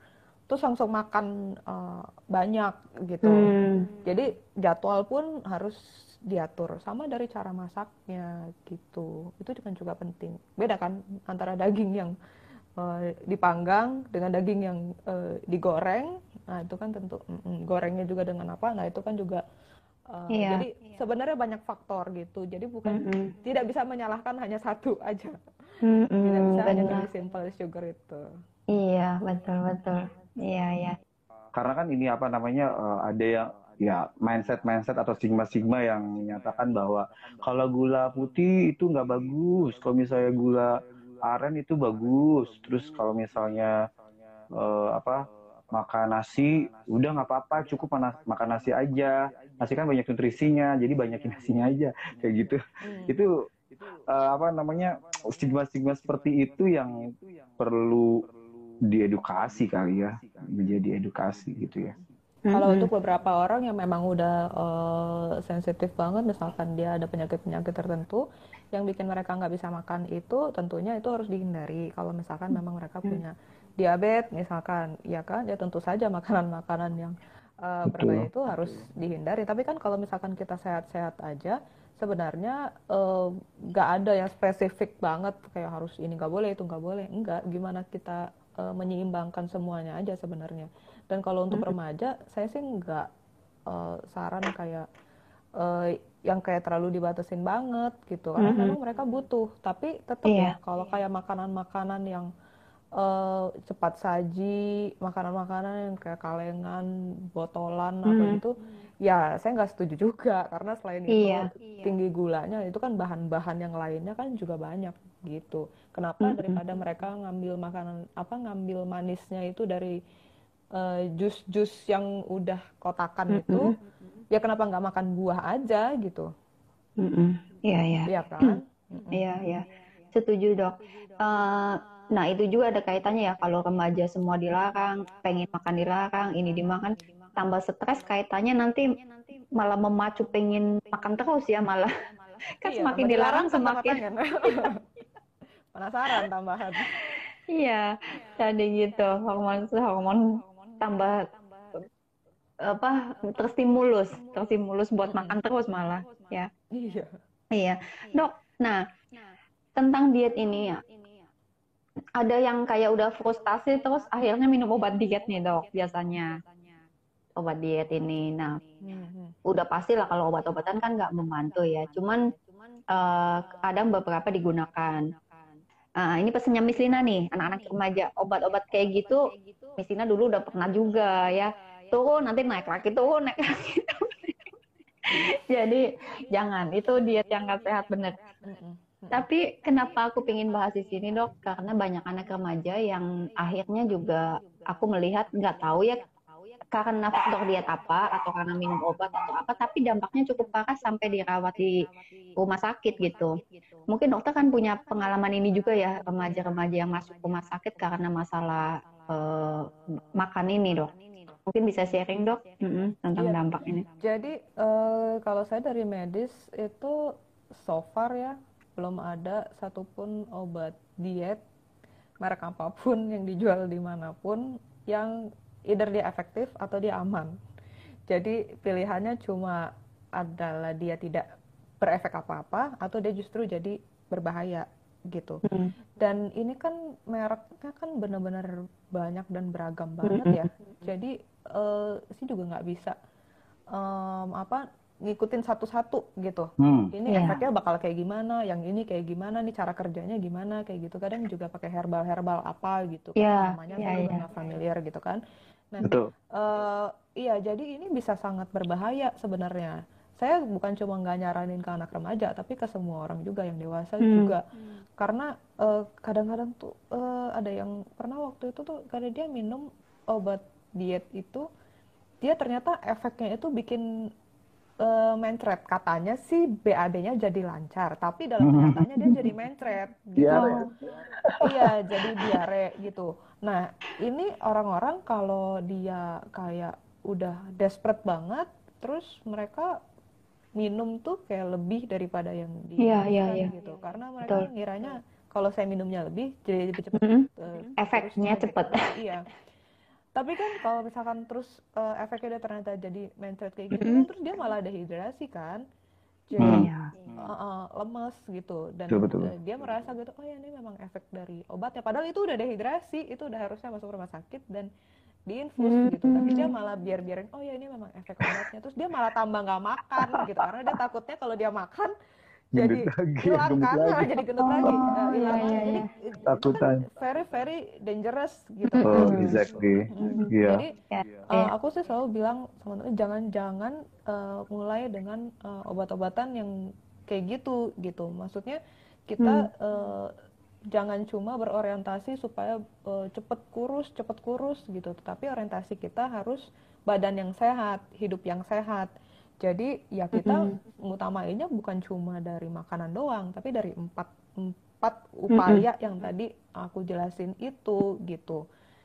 terus langsung makan uh, banyak gitu. Hmm. Jadi jadwal pun harus diatur, sama dari cara masaknya gitu. Itu kan juga penting. Beda kan antara daging yang uh, dipanggang dengan daging yang uh, digoreng. Nah itu kan tentu mm, gorengnya juga dengan apa. Nah itu kan juga uh, Iya. jadi sebenarnya banyak faktor gitu. Jadi bukan Mm-mm. tidak bisa menyalahkan hanya satu aja. Mm-mm, Tidak bisa hanya benar. dari simple sugar itu. Iya, betul betul. Iya, ya. Karena kan ini apa namanya eh, ada yang ya mindset mindset atau stigma stigma yang menyatakan bahwa kalau gula putih itu nggak bagus, kalau misalnya gula aren itu bagus, terus kalau misalnya eh, apa makan nasi udah nggak apa-apa, cukup mana- makan nasi aja, nasi kan banyak nutrisinya, jadi banyakin nasinya aja kayak gitu. Hmm. Itu eh, apa namanya stigma stigma seperti itu yang perlu diedukasi kali ya, menjadi edukasi gitu ya. Kalau Mm-mm. untuk beberapa orang yang memang udah uh, sensitif banget, misalkan dia ada penyakit-penyakit tertentu yang bikin mereka nggak bisa makan itu, tentunya itu harus dihindari. Kalau misalkan memang mereka punya diabetes, misalkan, ya kan, ya tentu saja makanan-makanan yang uh, berbahaya Betul. itu harus dihindari. Tapi kan kalau misalkan kita sehat-sehat aja, sebenarnya uh, nggak ada yang spesifik banget kayak harus ini nggak boleh, itu nggak boleh. Enggak, gimana kita uh, menyeimbangkan semuanya aja sebenarnya. Dan kalau untuk remaja, saya sih nggak uh, saran kayak uh, yang kayak terlalu dibatasin banget gitu. Karena Mm-mm. memang mereka butuh. Tapi tetap Iya. ya, kalau kayak makanan-makanan yang uh, cepat saji, makanan-makanan yang kayak kalengan, botolan, apa Mm. gitu, ya saya nggak setuju juga. Karena selain itu Iya. tinggi gulanya, itu kan bahan-bahan yang lainnya kan juga banyak gitu. Kenapa Mm-mm. daripada mereka ngambil makanan, apa ngambil manisnya itu dari uh, jus-jus yang udah kotakan itu, Mm-mm. ya kenapa nggak makan buah aja gitu, Mm-mm. Iya, iya. ya kan? Mm-mm. Iya, iya. Setuju, Dok. Eh, nah, itu juga ada kaitannya ya, kalau remaja semua dilarang, pengen makan dilarang, ini dimakan, tambah stres, kaitannya nanti malah memacu pengen makan terus ya, malah. Kan Iya, semakin tambah dilarang dilarang tambah semakin. kepengen. Penasaran tambahan. Iya, jadi gitu. Hormon hormon tambah apa terstimulus, terstimulus buat Mm-mm. makan terus malah ya. Iya. Iya, Dok. Nah, tentang diet ini ya, ada yang kayak udah frustasi terus akhirnya minum obat diet nih, Dok, biasanya. Obat diet ini. Nah, Mhm. udah pastilah kalau obat-obatan kan nggak membantu ya. Cuman eh, kadang beberapa digunakan. Ah, ini pesennya Miss Lina nih, anak-anak remaja. Obat-obat kayak gitu, Miss Lina dulu udah pernah juga ya. Turun, nanti naik lagi, turun, naik lagi. Jadi jangan, itu diet yang nggak sehat bener. Mm-mm. Tapi kenapa aku pengen bahas di sini, Dok? Karena banyak anak remaja yang akhirnya juga aku melihat nggak tahu ya karena faktor diet apa atau karena minum obat atau apa, tapi dampaknya cukup parah sampai dirawat di rumah sakit gitu. Mungkin dokter kan punya pengalaman ini juga ya, remaja-remaja yang masuk rumah sakit karena masalah eh, makan ini, Dok. Mungkin bisa sharing, Dok, Mm-mm, tentang Iya. dampak ini. Jadi eh, kalau saya dari medis itu so far ya belum ada satupun obat diet merek apapun yang dijual dimanapun yang either dia efektif atau dia aman. Jadi pilihannya cuma adalah dia tidak berefek apa-apa atau dia justru jadi berbahaya gitu. Mm. Dan ini kan mereknya kan benar-benar banyak dan beragam banget ya. Jadi eh, sih juga nggak bisa em, apa ngikutin satu-satu gitu. Hmm. Ini Iya. efeknya bakal kayak gimana, yang ini kayak gimana nih cara kerjanya gimana kayak gitu. Kadang juga pakai herbal-herbal apa gitu kan, Iya, namanya iya, saya juga iya. nggak familiar gitu kan. Nah, Betul. eh, iya jadi ini bisa sangat berbahaya sebenarnya. Saya bukan cuma nggak nyaranin ke anak remaja, tapi ke semua orang juga yang dewasa Hmm. juga. Karena eh, kadang-kadang tuh eh, ada yang pernah waktu itu tuh karena dia minum obat diet itu, dia ternyata efeknya itu bikin eh, mencret. Katanya sih B A D-nya jadi lancar, tapi dalam kenyataannya dia jadi mencret gitu. Diare. Iya, jadi diare gitu. Nah, ini orang-orang kalau dia kayak udah desperate banget, terus mereka minum tuh kayak lebih daripada yang Iya, iya, diharuskan iya. gitu. Karena mereka Betul. ngiranya kalau saya minumnya lebih, jadi lebih cepat Mm-mm. eh, Efeknya kurusnya gitu. cepet. Iya. Tapi kan kalau misalkan terus uh, efeknya dia ternyata jadi mencret kayak gitu Mm-mm. kan, terus dia malah dehidrasi kan, Iya, jadi ya. uh, uh, lemes gitu, Betul, dan betul. uh, dia merasa gitu, oh ya ini memang efek dari obatnya, padahal itu udah dehidrasi, itu udah harusnya masuk rumah sakit dan diinfus gitu, tapi dia Hmm. malah biar-biarin, oh ya ini memang efek obatnya, terus dia malah tambah nggak makan gitu, karena dia takutnya kalau dia makan Gendut jadi lagi, ya, hilang gemuk kan, lagi. jadi gendut lagi, Oh, eh, iya, hilang iya, lagi, jadi iya. eh, itu kan Takutan. very very dangerous gitu Oh, kan. Mm-mm. exactly. Mm-mm. Iya. Jadi Ya, uh, iya. aku sih selalu bilang sama temen, jangan-jangan uh, mulai dengan uh, obat-obatan yang kayak gitu gitu. Maksudnya Hmm. kita uh, jangan cuma berorientasi supaya uh, cepet kurus, cepet kurus gitu. Tetapi orientasi kita harus badan yang sehat, hidup yang sehat. Jadi ya kita Mm-mm. utamainnya bukan cuma dari makanan doang, tapi dari empat empat Mm-mm. upaya yang tadi aku jelasin itu gitu.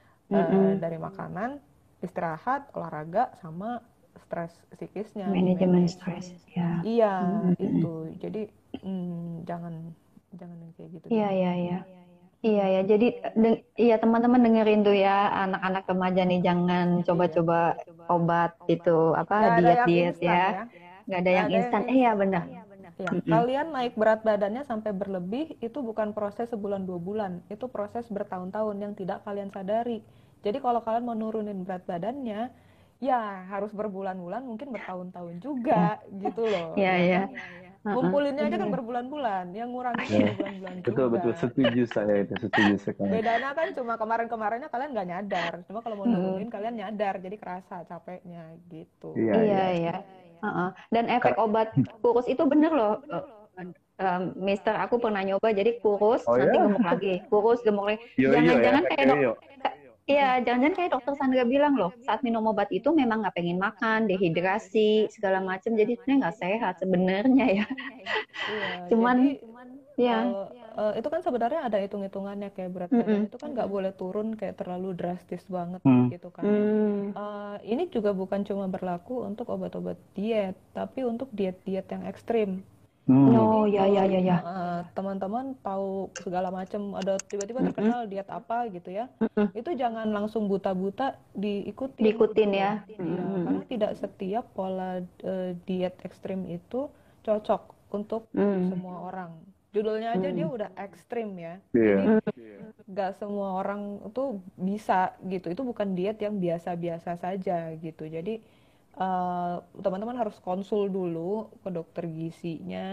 Eh, Mm-mm. dari makanan, istirahat, olahraga, sama stres psikisnya di Manajemen manage. stres, ya. Iya, Mm-mm. itu. Jadi mm, jangan jangan yang kayak gitu Iya, dulu. iya, iya. Iya Mm-mm. ya, jadi de- iya teman-teman dengerin tuh ya, anak-anak remaja nih jangan Iya. coba-coba obat gitu, apa Nggak ada yang diet-diet instan ya, ya. nggak ada Nggak yang ada yang instan. Eh ya instan. benar. Ya, Mm-mm. kalian naik berat badannya sampai berlebih itu bukan proses sebulan dua bulan, itu proses bertahun-tahun yang tidak kalian sadari. Jadi kalau kalian mau nurunin berat badannya, ya harus berbulan-bulan, mungkin bertahun-tahun Oh, juga gitu loh, iya ya ya. kan? Heeh. Ngumpulinnya aja kan Iya. berbulan-bulan, yang nguranginnya Ya. berbulan-bulan Betul, betul. juga. Setuju saya itu, setuju sekali. Bedanya kan cuma kemarin-kemarinnya kalian nggak nyadar, cuma kalau mau Mm-mm. nurunin kalian nyadar, jadi kerasa capeknya gitu. Iya, Iya iya. ya. Heeh. Dan efek Kar- obat kurus itu bener loh, eh, eh, Mister. Aku pernah nyoba, jadi kurus Oh nanti ya? gemuk lagi, kurus gemuk lagi. Yo-yo ya, Jangan-jangan efek kayak dok. yo-yo. Iya, jangan-jangan kayak dokter Sandra bilang loh, saat minum obat itu memang nggak pengen makan, dehidrasi, segala macam, jadi sebenarnya nggak sehat sebenarnya ya. Iya, Cuman, jadi ya, kalau eh, itu kan sebenarnya ada hitung-hitungannya, kayak berat badan mm-mm, itu kan nggak boleh turun kayak terlalu drastis banget Hmm. gitu kan. mm, Eh, ini juga bukan cuma berlaku untuk obat-obat diet, tapi untuk diet-diet yang ekstrim. Hmm. Jadi oh ya kalau ya ya ya, eh, teman-teman tahu segala macam, ada tiba-tiba mm-mm, terkenal diet apa gitu ya, mm-mm, itu jangan langsung buta-buta diikutin diikutin gitu. ya. Ya, Mm-mm, karena tidak setiap pola eh, diet ekstrim itu cocok untuk mm, semua orang. Judulnya aja dia mm, udah ekstrim ya. Iya. Jadi mm, nggak semua orang itu bisa gitu. Itu bukan diet yang biasa-biasa saja gitu. Jadi eh, teman-teman harus konsul dulu ke dokter gizinya.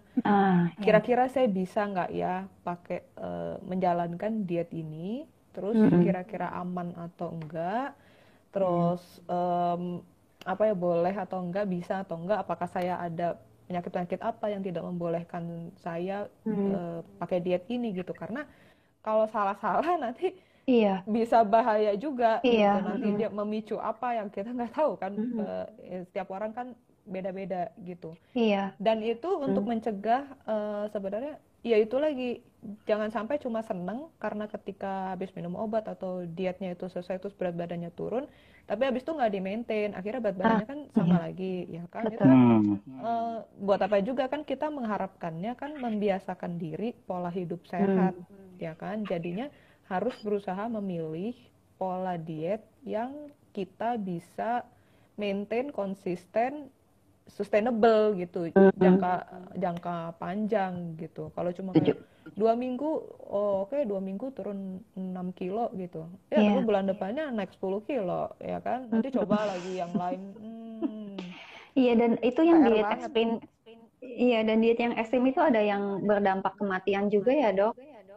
ah ya, Kira-kira saya bisa nggak ya pakai eh, menjalankan diet ini? Terus mm-mm, kira-kira aman atau enggak? mm, Terus em, apa ya, boleh atau enggak, bisa atau enggak? Apakah saya ada penyakit-penyakit apa yang tidak membolehkan saya mm, eh, pakai diet ini gitu? Karena kalau salah-salah nanti iya bisa bahaya juga iya, gitu, nanti mm-mm, dia memicu apa yang kita nggak tahu kan. mm-mm, Eh, setiap orang kan beda-beda gitu, iya, dan itu untuk mm, mencegah eh, sebenarnya ya itu lagi, jangan sampai cuma seneng karena ketika habis minum obat atau dietnya itu selesai terus berat badannya turun, tapi habis itu nggak di maintain, akhirnya berat ah badannya kan sama iya lagi ya kan, itu betul, kan Hmm. eh, buat apa juga kan kita mengharapkannya kan membiasakan diri pola hidup sehat mm, ya kan, jadinya harus berusaha memilih pola diet yang kita bisa maintain konsisten, sustainable gitu, mm, jangka jangka panjang gitu. Kalau cuma setuju, kayak dua minggu, oh, oke dua minggu turun enam kilo gitu, ya tapi iya, bulan depannya naik sepuluh kilo ya kan, nanti mm, coba lagi yang lain. Hmm, iya dan itu yang P R diet banget. ekstrim, iya dan diet yang ekstrim itu ada yang berdampak kematian juga ya dok,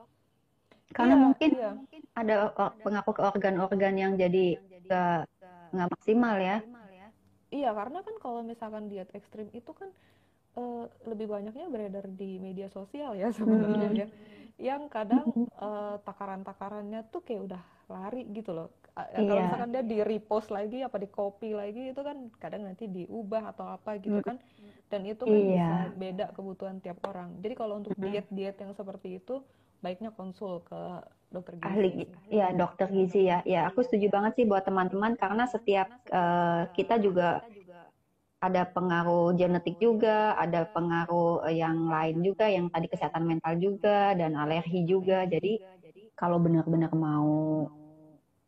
karena Iya, mungkin iya. ada o- pengaruh ke organ-organ yang jadi nggak nggak maksimal ya. Iya, karena kan kalau misalkan diet ekstrim itu kan eh, lebih banyaknya beredar di media sosial ya sebenarnya Mm-mm. ya. Yang kadang eh, takaran-takarannya tuh kayak udah lari gitu loh. A- ya, kalau Iya, misalkan dia di repost lagi apa di copy lagi itu kan kadang nanti diubah atau apa gitu mm, kan. Dan itu kan iya. bisa beda kebutuhan tiap orang. Jadi kalau untuk diet-diet yang seperti itu baiknya konsul ke dokter Ahli, gizi. gi- ya dokter gizi ya. Ya, aku setuju banget sih buat teman-teman karena setiap eh, kita juga ada pengaruh genetik juga, ada pengaruh eh, yang lain juga, yang tadi kesehatan mental juga dan alergi juga. Jadi kalau benar-benar mau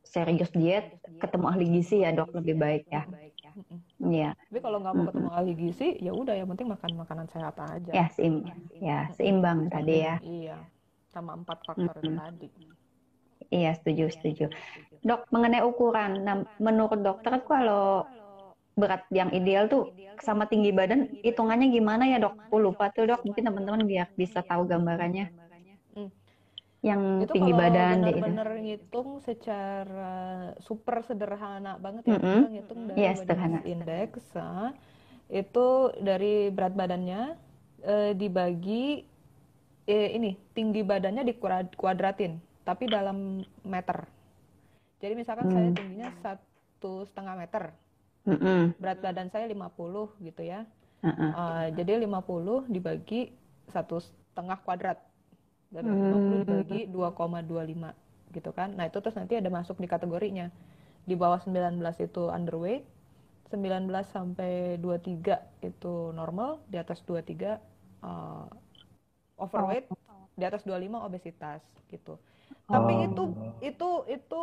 serius diet, ketemu ahli gizi ya dok, lebih baik ya. Iya. Tapi kalau nggak mau ketemu ahli gizi, ya udah yang penting makan makanan sehat aja. Ya seimbang, ya seimbang tadi ya. Iya, sama empat faktor itu tadi. Iya setuju setuju. Dok, mengenai ukuran, nah, menurut dokter kalau berat yang ideal tuh sama tinggi badan hitungannya gimana ya dok? Aku lupa tuh dok, mungkin teman-teman biar bisa tahu gambarannya. Hmm. Yang Itu tinggi kalau badan deh itu. benar-benar ngitung secara super sederhana banget ya, Mm-mm. kita ngitung dari Iya, body sederhana. mass index, ah, itu dari berat badannya eh, dibagi eh, ini tinggi badannya dikuadratin, tapi dalam meter. Jadi misalkan saya Hmm. tingginya satu setengah meter, Mm-mm. berat badan saya lima puluh gitu ya. Uh-uh. Uh, jadi lima puluh dibagi satu setengah kuadrat, dan lima puluh dibagi dua koma dua lima gitu kan. Nah itu terus nanti ada masuk di kategorinya. Di bawah sembilan belas itu underweight, sembilan belas sampai dua puluh tiga itu normal, di atas dua puluh tiga uh, overweight, di atas dua puluh lima obesitas gitu. Tapi itu itu itu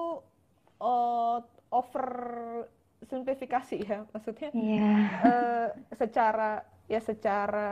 uh, over simplifikasi ya, maksudnya Iya. uh, secara ya secara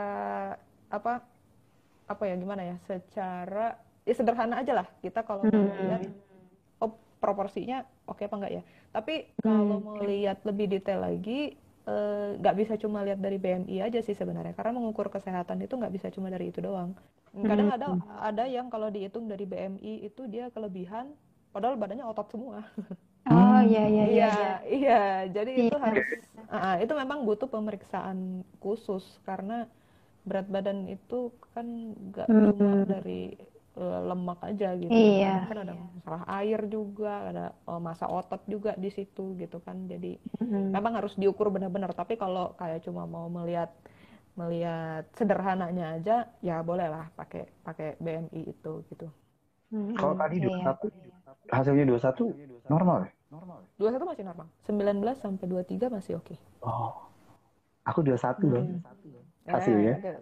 apa apa ya gimana ya, secara ya sederhana aja lah kita kalau mau lihat oh proporsinya oke apa enggak ya. Tapi kalau mau lihat lebih detail lagi nggak uh, bisa cuma lihat dari B M I aja sih sebenarnya, karena mengukur kesehatan itu nggak bisa cuma dari itu doang. Kadang ada ada yang kalau dihitung dari B M I itu dia kelebihan padahal badannya otot semua. Oh iya iya iya. Iya, iya. Jadi itu harus uh, itu memang butuh pemeriksaan khusus, karena berat badan itu kan nggak Hmm. cuma dari uh, lemak aja gitu. Iya. Kan ada masalah air juga, ada uh, massa otot juga di situ gitu kan. Jadi Hmm. memang harus diukur benar-benar. Tapi kalau kayak cuma mau melihat melihat sederhananya aja, ya bolehlah pakai pakai B M I itu gitu. Hmm. Kalau tadi Iya. dua puluh satu, hasilnya dua puluh satu normal ya? dua puluh satu masih normal. sembilan belas sampai dua puluh tiga masih oke. Oh, aku dua puluh satu loh hasilnya. Eh,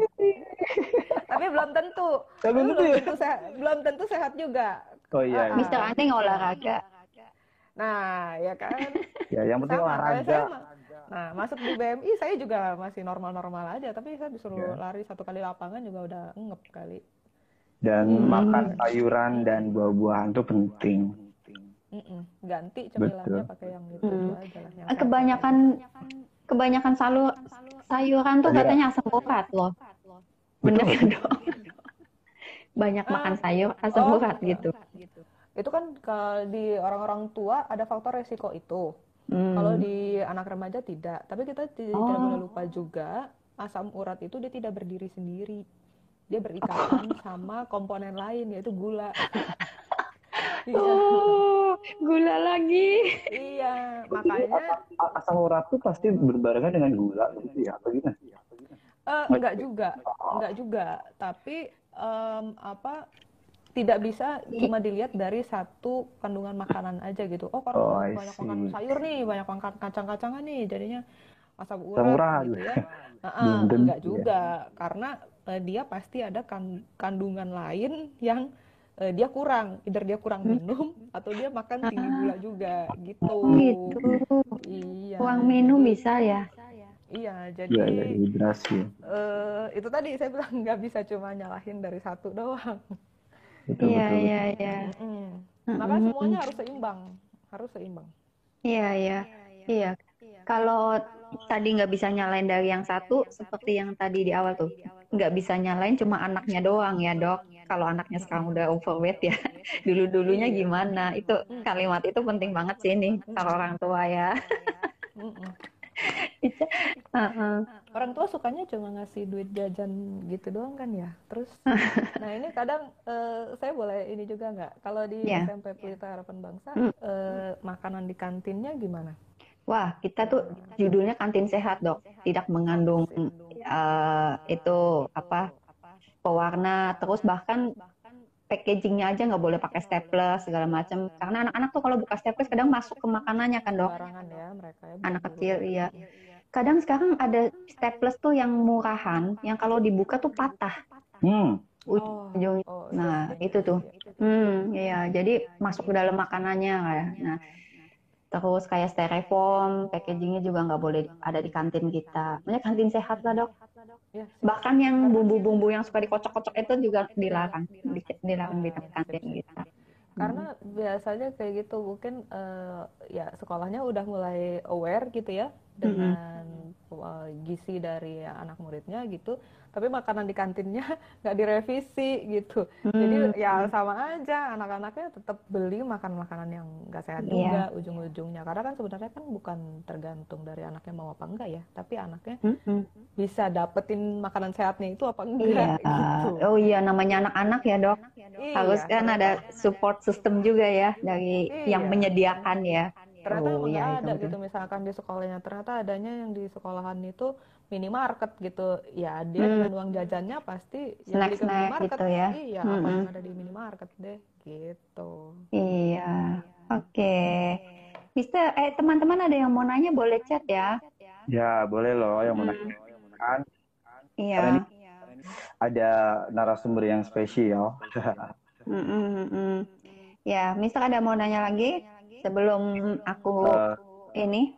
Tapi belum tentu. Belum Belum tentu ya? tentu sehat, belum tentu sehat juga. Oh iya, iya. Mister Aneh olahraga. Nah, ya kan. Ya, yang penting Sama, kayak saya olahraga. mah. Nah, masuk di B M I saya juga masih normal-normal aja, tapi saya disuruh Ya. lari satu kali lapangan juga udah ngep kali. Dan makan sayuran dan buah-buahan itu penting. Mm-mm. Ganti cemilannya Betul. pakai yang itu, itu aja lah. Yang Kebanyakan kebanyakan salu, sayuran tuh Sayuran. katanya asam urat loh. Bener kan dok? Banyak makan sayur asam Oh. urat gitu. Itu kan kalau di orang-orang tua ada faktor resiko itu. Hmm. Kalau di anak remaja tidak. Tapi kita tidak Oh. boleh lupa juga asam urat itu dia tidak berdiri sendiri. Dia berikatan sama komponen lain yaitu gula. Iya. Oh, gula lagi. Iya, makanya Asam urat tuh pasti berbarengan dengan gula gitu ya, apa gimana? eh, enggak juga, enggak juga. Tapi em, apa tidak bisa cuma dilihat dari satu kandungan makanan aja gitu. Oh, karena Oh, I banyak makan see. sayur nih, banyak makan kacang-kacangan nih, jadinya asam urat, Asam urat. gitu ya. Nah, Belum tentu, enggak ya. juga, karena eh, dia pasti ada kan- kandungan lain yang eh, dia kurang, either dia kurang minum atau dia makan tinggi gula juga, gitu. Gitu. Iya. Uang minum bisa ya? Iya, jadi Ya, ya, hidrasi. eh, itu tadi saya bilang nggak bisa cuma nyalahin dari satu doang. Betul, Iya betul, iya betul. iya. Mm. Maka semuanya harus seimbang, harus seimbang. Iya iya. Iya. Kalau tadi nggak bisa nyalain dari yang satu, seperti yang tadi di awal tuh, nggak bisa nyalain cuma anaknya doang ya dok. Kalau anaknya sekarang udah overweight ya, dulu-dulunya gimana? Itu kalimat itu penting banget sih nih kalau orang tua ya. Mm-mm. Uh-uh. Orang tua sukanya cuma ngasih duit jajan gitu doang kan ya. Terus, nah ini kadang eh, saya boleh ini juga nggak? Kalau di Ya. S M P Pelita Harapan Bangsa, eh, makanan di kantinnya gimana? Wah, kita tuh judulnya kantin sehat dok, tidak mengandung eh, itu apa pewarna, terus bahkan packagingnya aja nggak boleh pakai staples segala macam. Karena anak-anak tuh kalau buka staples kadang masuk ke makanannya kan dok. Barangan ya mereka ya. Anak kecil iya. Kadang sekarang ada staples tuh yang murahan, yang kalau dibuka tuh patah Hmm. ujung. Oh, Nah itu tuh Hmm, iya. Jadi masuk ke dalam makanannya kayak. Nah, terus kayak styrofoam, packagingnya juga nggak boleh ada di kantin kita. Makanya kantin sehat lah dok. Ya, sip. Bahkan yang bumbu-bumbu yang suka dikocok-kocok itu juga dilarang, di- dilarang di Ah, sip, kantin sip. kita. Karena biasanya kayak gitu mungkin eh, ya sekolahnya udah mulai aware gitu ya Mm-mm. dengan eh, gizi dari anak muridnya gitu, tapi makanan di kantinnya nggak direvisi gitu. Hmm, Jadi ya sama aja anak-anaknya tetap beli makan makanan yang nggak sehat iya. juga ujung-ujungnya. Karena kan sebenarnya kan bukan tergantung dari anaknya mau apa enggak ya, tapi anaknya Mm-mm. bisa dapetin makanan sehatnya itu apa Iya. enggak gitu. Oh iya, namanya anak-anak ya dok. Harus Iya, kan ada ternyata support system juga ya dari yang iya. menyediakan ya. Ternyata Oh emang iya nggak itu ada betul. gitu misalkan di sekolahnya, ternyata adanya yang di sekolahan itu minimarket gitu ya, dia Hmm, dengan uang jajannya pasti ya beli ke snack-snack minimarket, gitu ya. iya apa yang Mm-mm. ada di minimarket deh gitu. Iya. Oke. Mister, eh teman-teman ada yang mau nanya boleh chat ya. Ya, boleh loh yang Hmm, menanyakan. Karena ini iya. ada narasumber yang spesial. Mm-mm, mm-mm. Ya, Mister ada mau nanya lagi sebelum aku Eh, ini?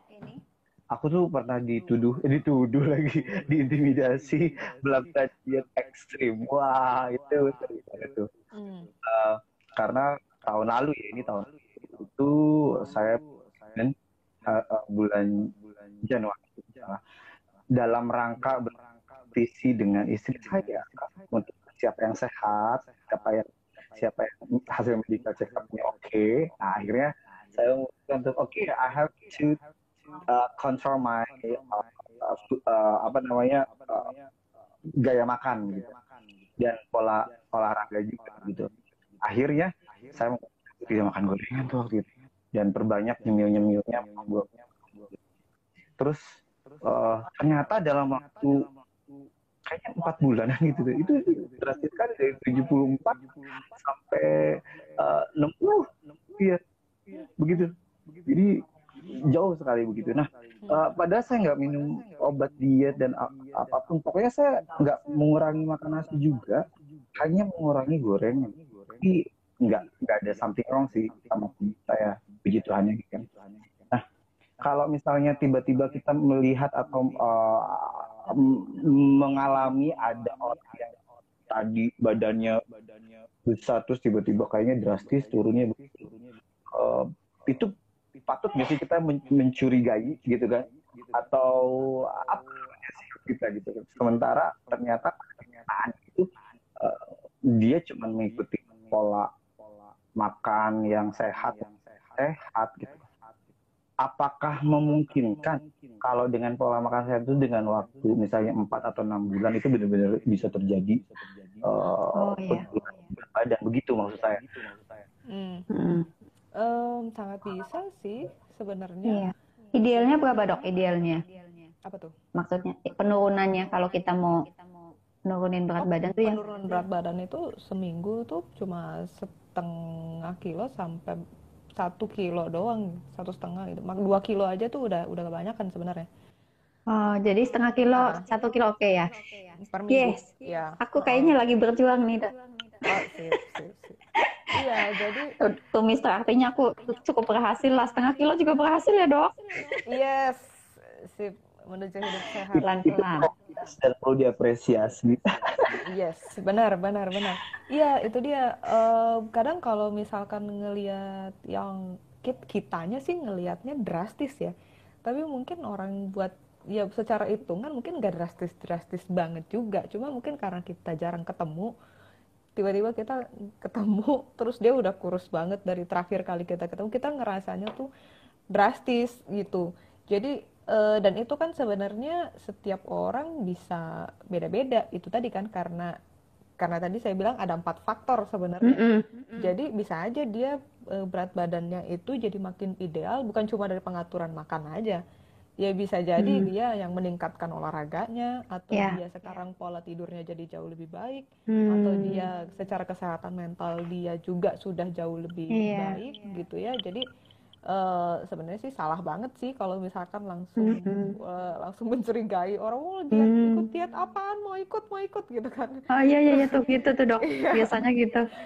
aku tuh pernah dituduh, eh, dituduh lagi, diintimidasi melakukan diet ekstrim. Wah, itu sering banget tuh. Hmm. Eh, karena tahun lalu ya, ini tahun lalu itu saya dan eh, eh, bulan Januari eh, dalam rangka bervisi dengan istri saya untuk siapa yang sehat, siapa yang siapa yang hasil medical check up-nya oke. Nah, akhirnya saya memutuskan untuk oke, okay, I have to uh, control my uh, uh, uh, apa namanya uh, gaya makan gitu dan pola olahraga juga gitu. Akhirnya saya tidak makan gorengan tuh waktu itu dan perbanyak nyemil-nyemilnya. Terus uh, ternyata dalam waktu kayaknya empat bulanan gitu tuh. Itu drastis kan dari tujuh puluh empat sampai uh, enam puluh. Iya, begitu. Jadi jauh sekali begitu. Nah, uh, padahal saya nggak minum obat diet dan ap- apapun. Pokoknya saya nggak mengurangi makan nasi juga, hanya mengurangi gorengan. Tapi nggak nggak ada something wrong sih sama tubuh saya. Puji Tuhannya gitu kan. Nah, kalau misalnya tiba-tiba kita melihat atau uh, mengalami ada orang yang tadi badannya besar terus tiba-tiba kayaknya drastis turunnya, uh, itu patut nggak sih kita men- mencurigai gitu kan, atau apa namanya sih kita gitu kan. Sementara ternyata kenyataan itu uh, dia cuma mengikuti pola makan yang sehat sehat gitu. Apakah memungkinkan kalau dengan pola makan sehat itu dengan waktu misalnya empat atau enam bulan itu benar-benar bisa terjadi uh, Oh iya. penurunan berat badan, begitu maksud saya. Hmm. Mm. Em, sangat bisa sih sebenarnya. Iya. Idealnya berapa dok? Idealnya? Apa tuh? Maksudnya eh, penurunannya kalau kita mau nurunin berat Oh, badan tuh yang penurunan berat badan itu seminggu tuh cuma setengah kilo sampai satu kilo doang, satu setengah gitu. Mak- Dua kilo aja tuh udah udah kebanyakan sebenarnya. oh, jadi setengah kilo, Ah, satu kilo oke ya? per minggu. Yes. Ya. Aku Heeh. kayaknya lagi berjuang nih dok. Oh, sip, sip, sip. Iya, jadi Tuh, tuh, Mister artinya aku cukup berhasil lah. Setengah kilo juga berhasil ya dok? yes, sip, menuju hidup sehat. Itu Pelan-pelan. progres dan perlu diapresiasi. Yes, benar, benar, benar. Iya, itu dia. Eh, kadang kalau misalkan ngelihat yang kit kitanya sih ngelihatnya drastis ya. Tapi mungkin orang buat ya secara hitungan mungkin gak drastis-drastis banget juga. Cuma mungkin karena kita jarang ketemu, tiba-tiba kita ketemu terus dia udah kurus banget dari terakhir kali kita ketemu, kita ngerasanya tuh drastis gitu. Jadi eh, dan itu kan sebenarnya setiap orang bisa beda-beda. Itu tadi kan karena karena tadi saya bilang ada empat faktor sebenarnya. Mm-mm. Jadi bisa aja dia eh, berat badannya itu jadi makin ideal bukan cuma dari pengaturan makan aja. Ya bisa jadi Hmm. dia yang meningkatkan olahraganya, atau Ya. dia sekarang pola tidurnya jadi jauh lebih baik, atau Hmm. dia secara kesehatan mental dia juga sudah jauh lebih Iya. baik gitu ya. Jadi eh, sebenarnya sih salah banget sih kalau misalkan langsung Mm-mm. eh, langsung mencurigai orang, oh diet ikut Hmm. diet apaan, mau ikut mau ikut gitu kan. Oh iya iya Terus iya tuh gitu tuh dok. iya, Biasanya gitu.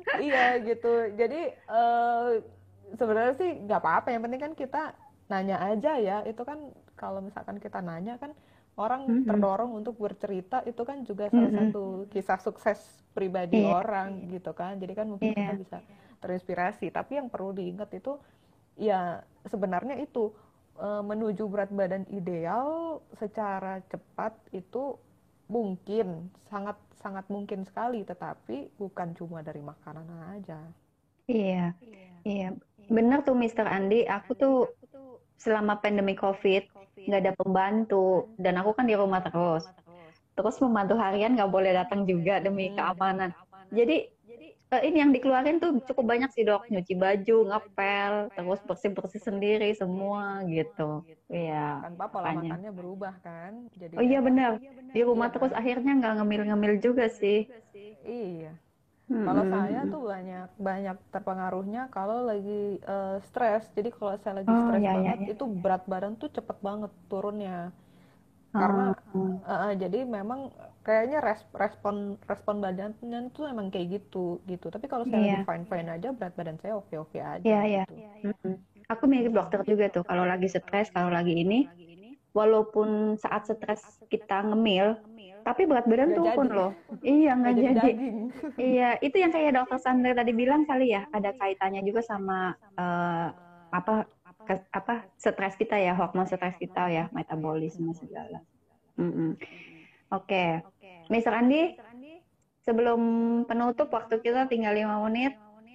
Iya gitu. Jadi uh, sebenarnya sih nggak apa-apa. Yang penting kan kita nanya aja ya. Itu kan kalau misalkan kita nanya kan orang Mm-mm. terdorong untuk bercerita. Itu kan juga salah Mm-mm. satu kisah sukses pribadi Iya, orang gitu kan. Jadi kan mungkin kita iya, bisa terinspirasi. Tapi yang perlu diingat itu ya sebenarnya itu uh, menuju berat badan ideal secara cepat itu mungkin sangat sangat mungkin sekali, tetapi bukan cuma dari makanan aja. iya, iya. Bener tuh Mister Andi, aku tuh selama pandemi COVID nggak ada pembantu dan aku kan di rumah terus. Terus pembantu harian nggak boleh datang juga demi Hmm. keamanan. Jadi eh, ini yang dikeluarin tuh cukup banyak sih dok, nyuci baju, ngepel, terus bersih-bersih sendiri semua gitu. Iya, Tanpa pola makanya. makannya berubah kan, Oh iya jadinya benar, di iya rumah terus kan, akhirnya nggak ngemil-ngemil juga sih. iya. Kalau saya Mm-mm. tuh banyak banyak terpengaruhnya kalau lagi eh, stres. Jadi kalau saya lagi Oh stres ya ya banget, ya. itu berat badan tuh cepet banget turunnya. Karena Oh, oh. eh, eh, jadi memang kayaknya res- respon respon badannya tuh emang kayak gitu gitu. Tapi kalau saya lagi Iya, fine fine aja, berat badan saya oke oke aja iya ya. gitu. Mm-mm. Aku mirip dokter juga tuh. Kalau lagi stres, kalau lagi ini, walaupun saat stres kita ngemil, tapi berat badan Nggak turun jadi, loh. Iya nggak nggak jadi jadi. daging. Iya, itu yang kayak dokter Sandra tadi bilang kali ya, ada kaitannya juga sama eh, apa ke- apa stres kita ya, hormon stres kita ya, metabolisme segala. Mm-mm. Oke, Mister Andi, sebelum penutup waktu kita tinggal lima menit,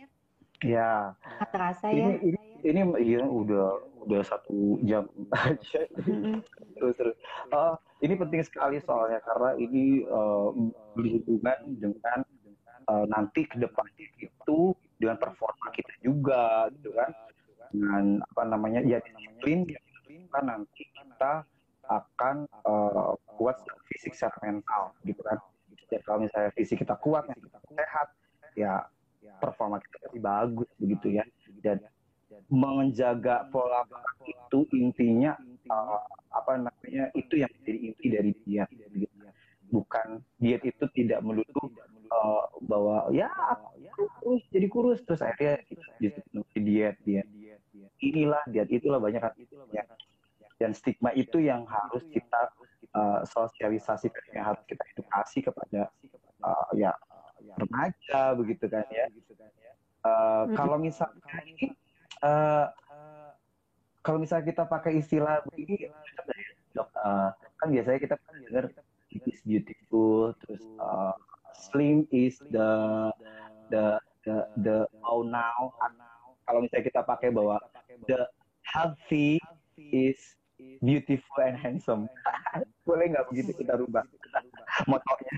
Ya, nggak terasa ini ya. ini ini iya udah udah satu jam aja. Mm-mm. Terus terus. Eh, ini penting sekali soalnya karena ini eh, berhubungan dengan eh, nanti ke depannya itu dengan performa kita juga gitu kan, dengan apa namanya ya disiplin yang dilakukan nanti kita akan eh, kuat secara fisik secara mental gitu kan. Ya kalau misalnya fisik kita kuat, mental kita sehat, ya performa kita pasti bagus begitu ya. Dan menjaga pola makan itu intinya uh, apa namanya itu yang menjadi inti dari diet gitu. Bukan diet itu tidak melulu uh, bahwa ya aku kurus jadi kurus terus akhirnya di diet diet inilah diet itulah banyak kan ya. Dan stigma itu yang harus kita uh, sosialisasikan, yang harus kita edukasi kepada uh, ya remaja begitu kan ya. Uh, Mm-mm. kalau misalnya ini uh, kalau misalnya kita pakai istilah begini, dok, uh, kan biasanya kita dengar it is beautiful, terus uh, slim is the the the the oh now. Kalau misalnya kita pakai bahwa the healthy is beautiful and handsome, boleh nggak begitu kita rubah motonya?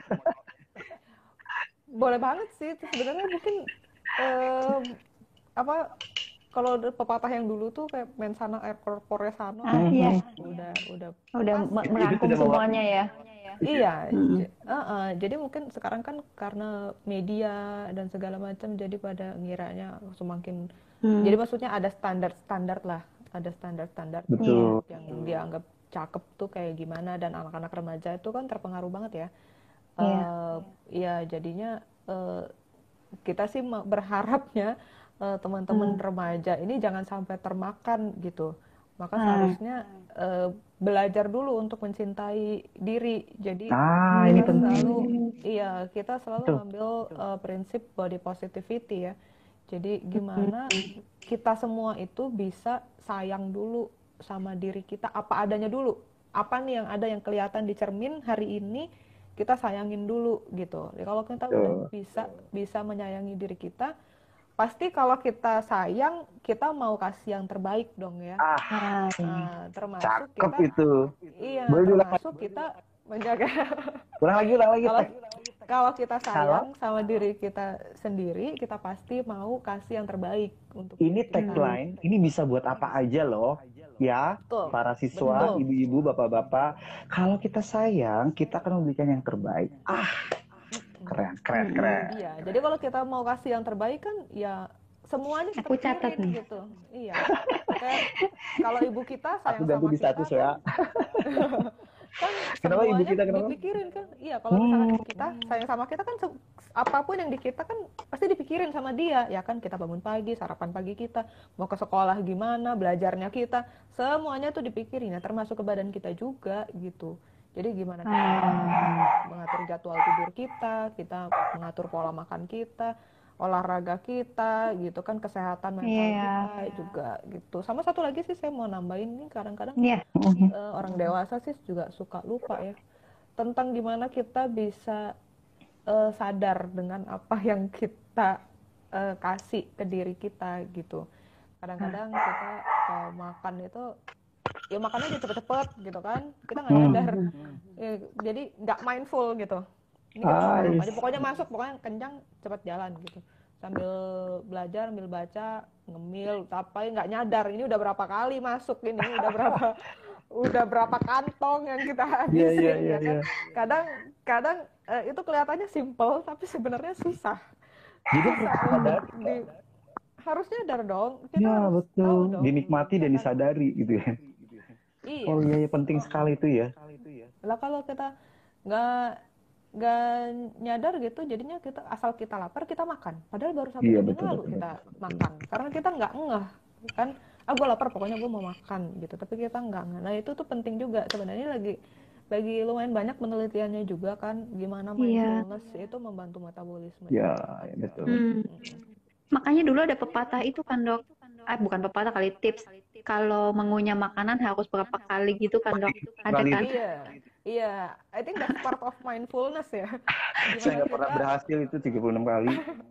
Boleh banget sih. Itu sebenarnya mungkin em, apa kalau pepatah yang dulu tuh kayak mensana air corpore sano Ah tuh iya, udah udah udah pas me- gitu. Itu merangkum sudah mewakili. semuanya ya. Iya, Mm-mm. j- uh-uh. Jadi mungkin sekarang kan karena media dan segala macam jadi pada ngiranya semakin Hmm. jadi maksudnya ada standar-standar lah, ada standar-standar Iya, Betul. yang dianggap cakep tuh kayak gimana dan anak-anak remaja itu kan terpengaruh banget ya. iya. Eh ya jadinya eh, kita sih ma- berharapnya eh, teman-teman Hmm. remaja ini jangan sampai termakan gitu. Maka Ah, seharusnya eh, belajar dulu untuk mencintai diri. Jadi Nah, ini kita hmm. penting. selalu iya kita selalu Betul. ngambil eh, prinsip body positivity ya. Jadi Hmm. gimana kita semua itu bisa sayang dulu sama diri kita apa adanya dulu. Apa nih yang ada yang kelihatan di cermin hari ini kita sayangin dulu gitu. Jadi kalau kita udah Betul. bisa bisa menyayangi diri kita, pasti kalau kita sayang kita mau kasih yang terbaik dong ya. Ah, Ah, iya. Nah, termasuk cakep kita itu. iya Boleh diulang lagi? termasuk kita menjaga Ulang lagi, ulang lagi. kalau Tek. kalau kita Kalau sayang sama diri kita sendiri, kita pasti mau kasih yang terbaik untuk ini diri kita. tagline, ini bisa buat apa aja loh. Ya, Betul, para siswa, betul. ibu-ibu, bapak-bapak, kalau kita sayang, kita akan memberikan yang terbaik. Ah, keren, keren, Mm-mm. keren. Iya, jadi kalau kita mau kasih yang terbaik kan ya semuanya kita Aku catat pikirin nih. gitu. Iya. Kayak kalau ibu kita Aku sayang ganti sama di kita status kan, ya. kan Kenapa ibu semuanya kita kenapa? dipikirin kan. Iya, kalau misalkan Hmm. ibu kita sayang sama kita kan se- apapun yang di kita kan pasti dipikirin sama dia. Ya kan, kita bangun pagi, sarapan pagi kita, mau ke sekolah gimana, belajarnya kita, semuanya tuh dipikirin ya, termasuk ke badan kita juga gitu. Jadi gimana kita Hmm. mengatur jadwal tidur kita, kita mengatur pola makan kita, olahraga kita gitu kan, kesehatan mental Iya. kita juga gitu. Sama satu lagi sih saya mau nambahin, ini kadang-kadang Iya. eh, orang dewasa sih juga suka lupa ya tentang gimana kita bisa eh, sadar dengan apa yang kita eh, kasih ke diri kita gitu. Kadang-kadang kita kalau makan itu ya makannya aja cepet-cepet gitu kan, kita nggak Hmm. nyadar. Ya, jadi nggak mindful gitu, ini kita Ah, makan apa yes. aja pokoknya masuk, pokoknya kencang, cepat jalan gitu, sambil belajar, sambil baca, ngemil apa nggak nyadar ini udah berapa kali masuk, ini udah berapa udah berapa kantong yang kita Iya, habisin iya, iya, ya kan. iya. Kadang kadang eh, itu kelihatannya simple tapi sebenarnya susah Jadi susah harus untuk sadar. di harus nyadar dong, kita Ya, harus tahu betul. dong. Dinikmati dan Ya kan? disadari gitu ya. Iya. Oh iya, iya, penting sekali itu ya. Lah kalau kita nggak nggak nyadar gitu, jadinya kita asal kita lapar kita makan. Padahal baru satu Iya, jam yang betul, lalu betul, kita makan. Karena kita nggak ngeh kan, ah gue lapar pokoknya gue mau makan gitu. Tapi kita nggak ngeh. Nah itu tuh penting juga sebenarnya, lagi lagi lumayan banyak penelitiannya juga kan, gimana Iya. mindfulness itu membantu metabolisme Ya, juga. ya, betul. Hmm. Makanya dulu ada pepatah itu kan dok, ah bukan pepatah kali, tips kalau mengunyah makanan harus berapa kali gitu kan dok, ada Kali kan? itu. Iya, iya. I think that's part of mindfulness ya. Saya Gimana nggak pernah kita berhasil itu tiga puluh enam kali.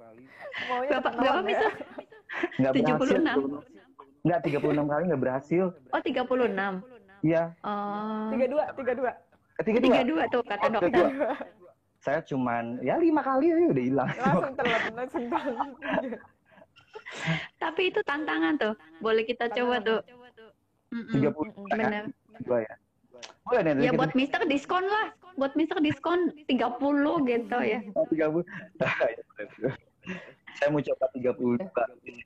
maunya Berapa cepet berapa nelan ya. misal? Nggak tujuh puluh berhasil. enam. Nggak, tiga puluh enam kali nggak berhasil. Oh tiga puluh enam. Iya. Oh Tiga dua, tiga dua. Eh, tiga tiga dua. dua tuh kata Tiga dokter. dua. Saya cuman ya lima kali aja udah hilang. Langsung telat, langsung telat. Tapi itu tantangan tuh, boleh kita coba tuh. Mm-mm. Tiga puluh Bener. dua ya. Boleh nih. Ya buat Mister diskon lah, buat Mister diskon tiga puluh gitu ya. Tiga puluh. Saya mau coba tiga puluh dua.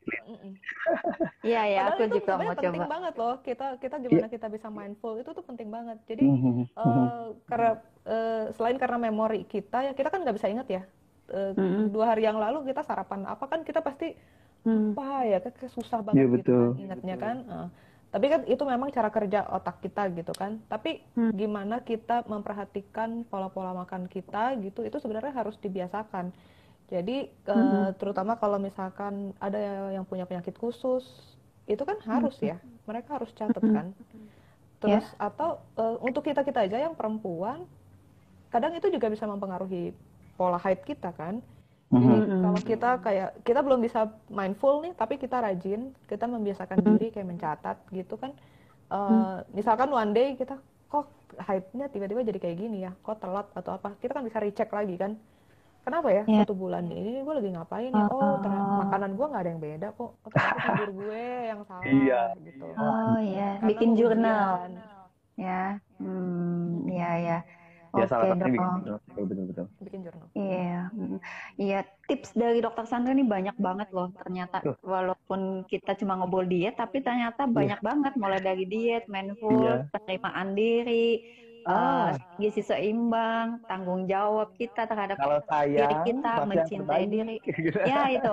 Iya ya, Padahal aku itu juga mau sebenarnya penting coba. banget loh. Kita kita gimana kita bisa mindful itu tuh penting banget. Jadi Mhm. eh, karena eh, selain karena memori kita ya, kita kan nggak bisa ingat ya. Eh, Mm-mm. Dua hari yang lalu kita sarapan apa kan, kita pasti Hmm. apa ya, kayak kayak susah banget Iya, gitu betul. kan ingatnya kan. Eh, tapi kan itu memang cara kerja otak kita gitu kan. Tapi Hmm. gimana kita memperhatikan pola-pola makan kita gitu, itu sebenarnya harus dibiasakan. Jadi eh, Mhm. terutama kalau misalkan ada yang punya penyakit khusus, itu kan harus ya, mereka harus catat kan. Terus atau eh, untuk kita-kita aja yang perempuan, kadang itu juga bisa mempengaruhi pola haid kita kan. Jadi Mhm. kalau kita kayak kita belum bisa mindful nih, tapi kita rajin, kita membiasakan diri kayak mencatat gitu kan. Eh, misalkan one day kita kok haidnya tiba-tiba jadi kayak gini ya, kok telat atau apa, kita kan bisa recheck lagi kan. Kenapa ya Iya. satu bulan ini gue lagi ngapain ya? Oh, ternyata makanan gue nggak ada yang beda kok. Oh, ternyata tidur gue yang salah Iya. gitu. Oh ya, Karena bikin jurnal ujian. ya. Hmm, ya ya. Ya, Oke salah satunya bikin dok. jurnal. Betul, betul, betul. Bikin jurnal. Iya, mm. Iya, tips dari dokter Sandra ini banyak banget loh ternyata. Tuh. Walaupun kita cuma ngobrol diet, tapi ternyata banyak banget, mulai dari diet, mindful, Iya. penerimaan diri, Ah. eh, gizi seimbang, tanggung jawab kita terhadap Kalau diri sayang, kita, pasti yang mencintai terbaik. diri. Ya itu.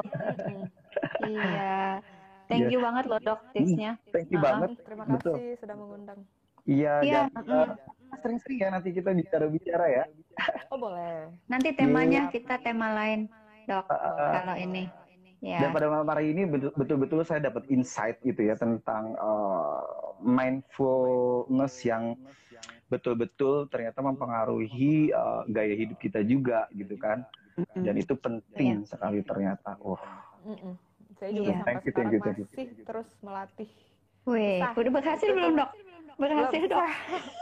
Iya, thank Iya. you banget loh dok tipsnya. Thank you Uh-uh. banget. Terima Betul. kasih sudah mengundang. Iya, Iya, dan mm. eh, sering-sering ya nanti kita bicara-bicara ya. Oh boleh. Nanti temanya kita tema lain dok, Uh, kalau ini. Ya. Dan pada malam hari ini betul- betul-betul saya dapat insight gitu ya tentang eh, mindfulness yang betul-betul ternyata mempengaruhi eh, gaya hidup kita juga gitu kan. Dan itu penting sekali ternyata. Oh, Mm-mm. Saya juga Iya. sampai Thank you, thank sekarang you, thank you. masih terus melatih. Wih, Susah. udah berhasil belum dok? Berhasil Belum. dok.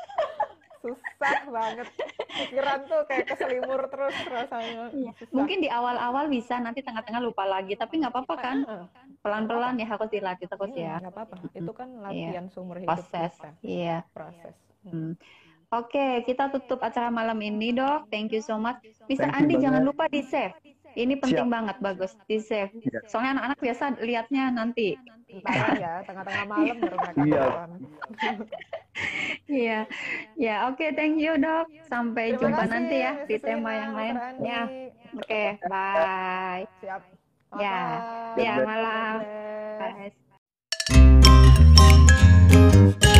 Susah banget. Pikiran tuh kayak keselimur terus rasanya. Susah. Mungkin di awal-awal bisa, nanti tengah-tengah lupa lagi, tapi nggak apa-apa kan? Heeh. Pelan-pelan ya harus dilatih terus Hmm, ya. nggak apa-apa. Itu kan latihan seumur hidup Proses. kita. Iya. Proses. Hmm. Hmm. Oke, kita tutup acara malam ini dok. Thank you so much. Mister Thank you Andi banget. jangan lupa di save. Ini penting Siap. banget, bagus di save. Iya. Soalnya anak-anak biasa lihatnya nanti. Ntar ya, tengah-tengah malam baru mereka Iya. nonton. Iya, ya oke, thank you dok. Sampai Terima jumpa kasih, nanti ya di Missus tema Lina, yang lain. Dokter Andi. Ya, oke, bye. Siap. Selamat Ya, malam. ya God malam. God bless. Bye.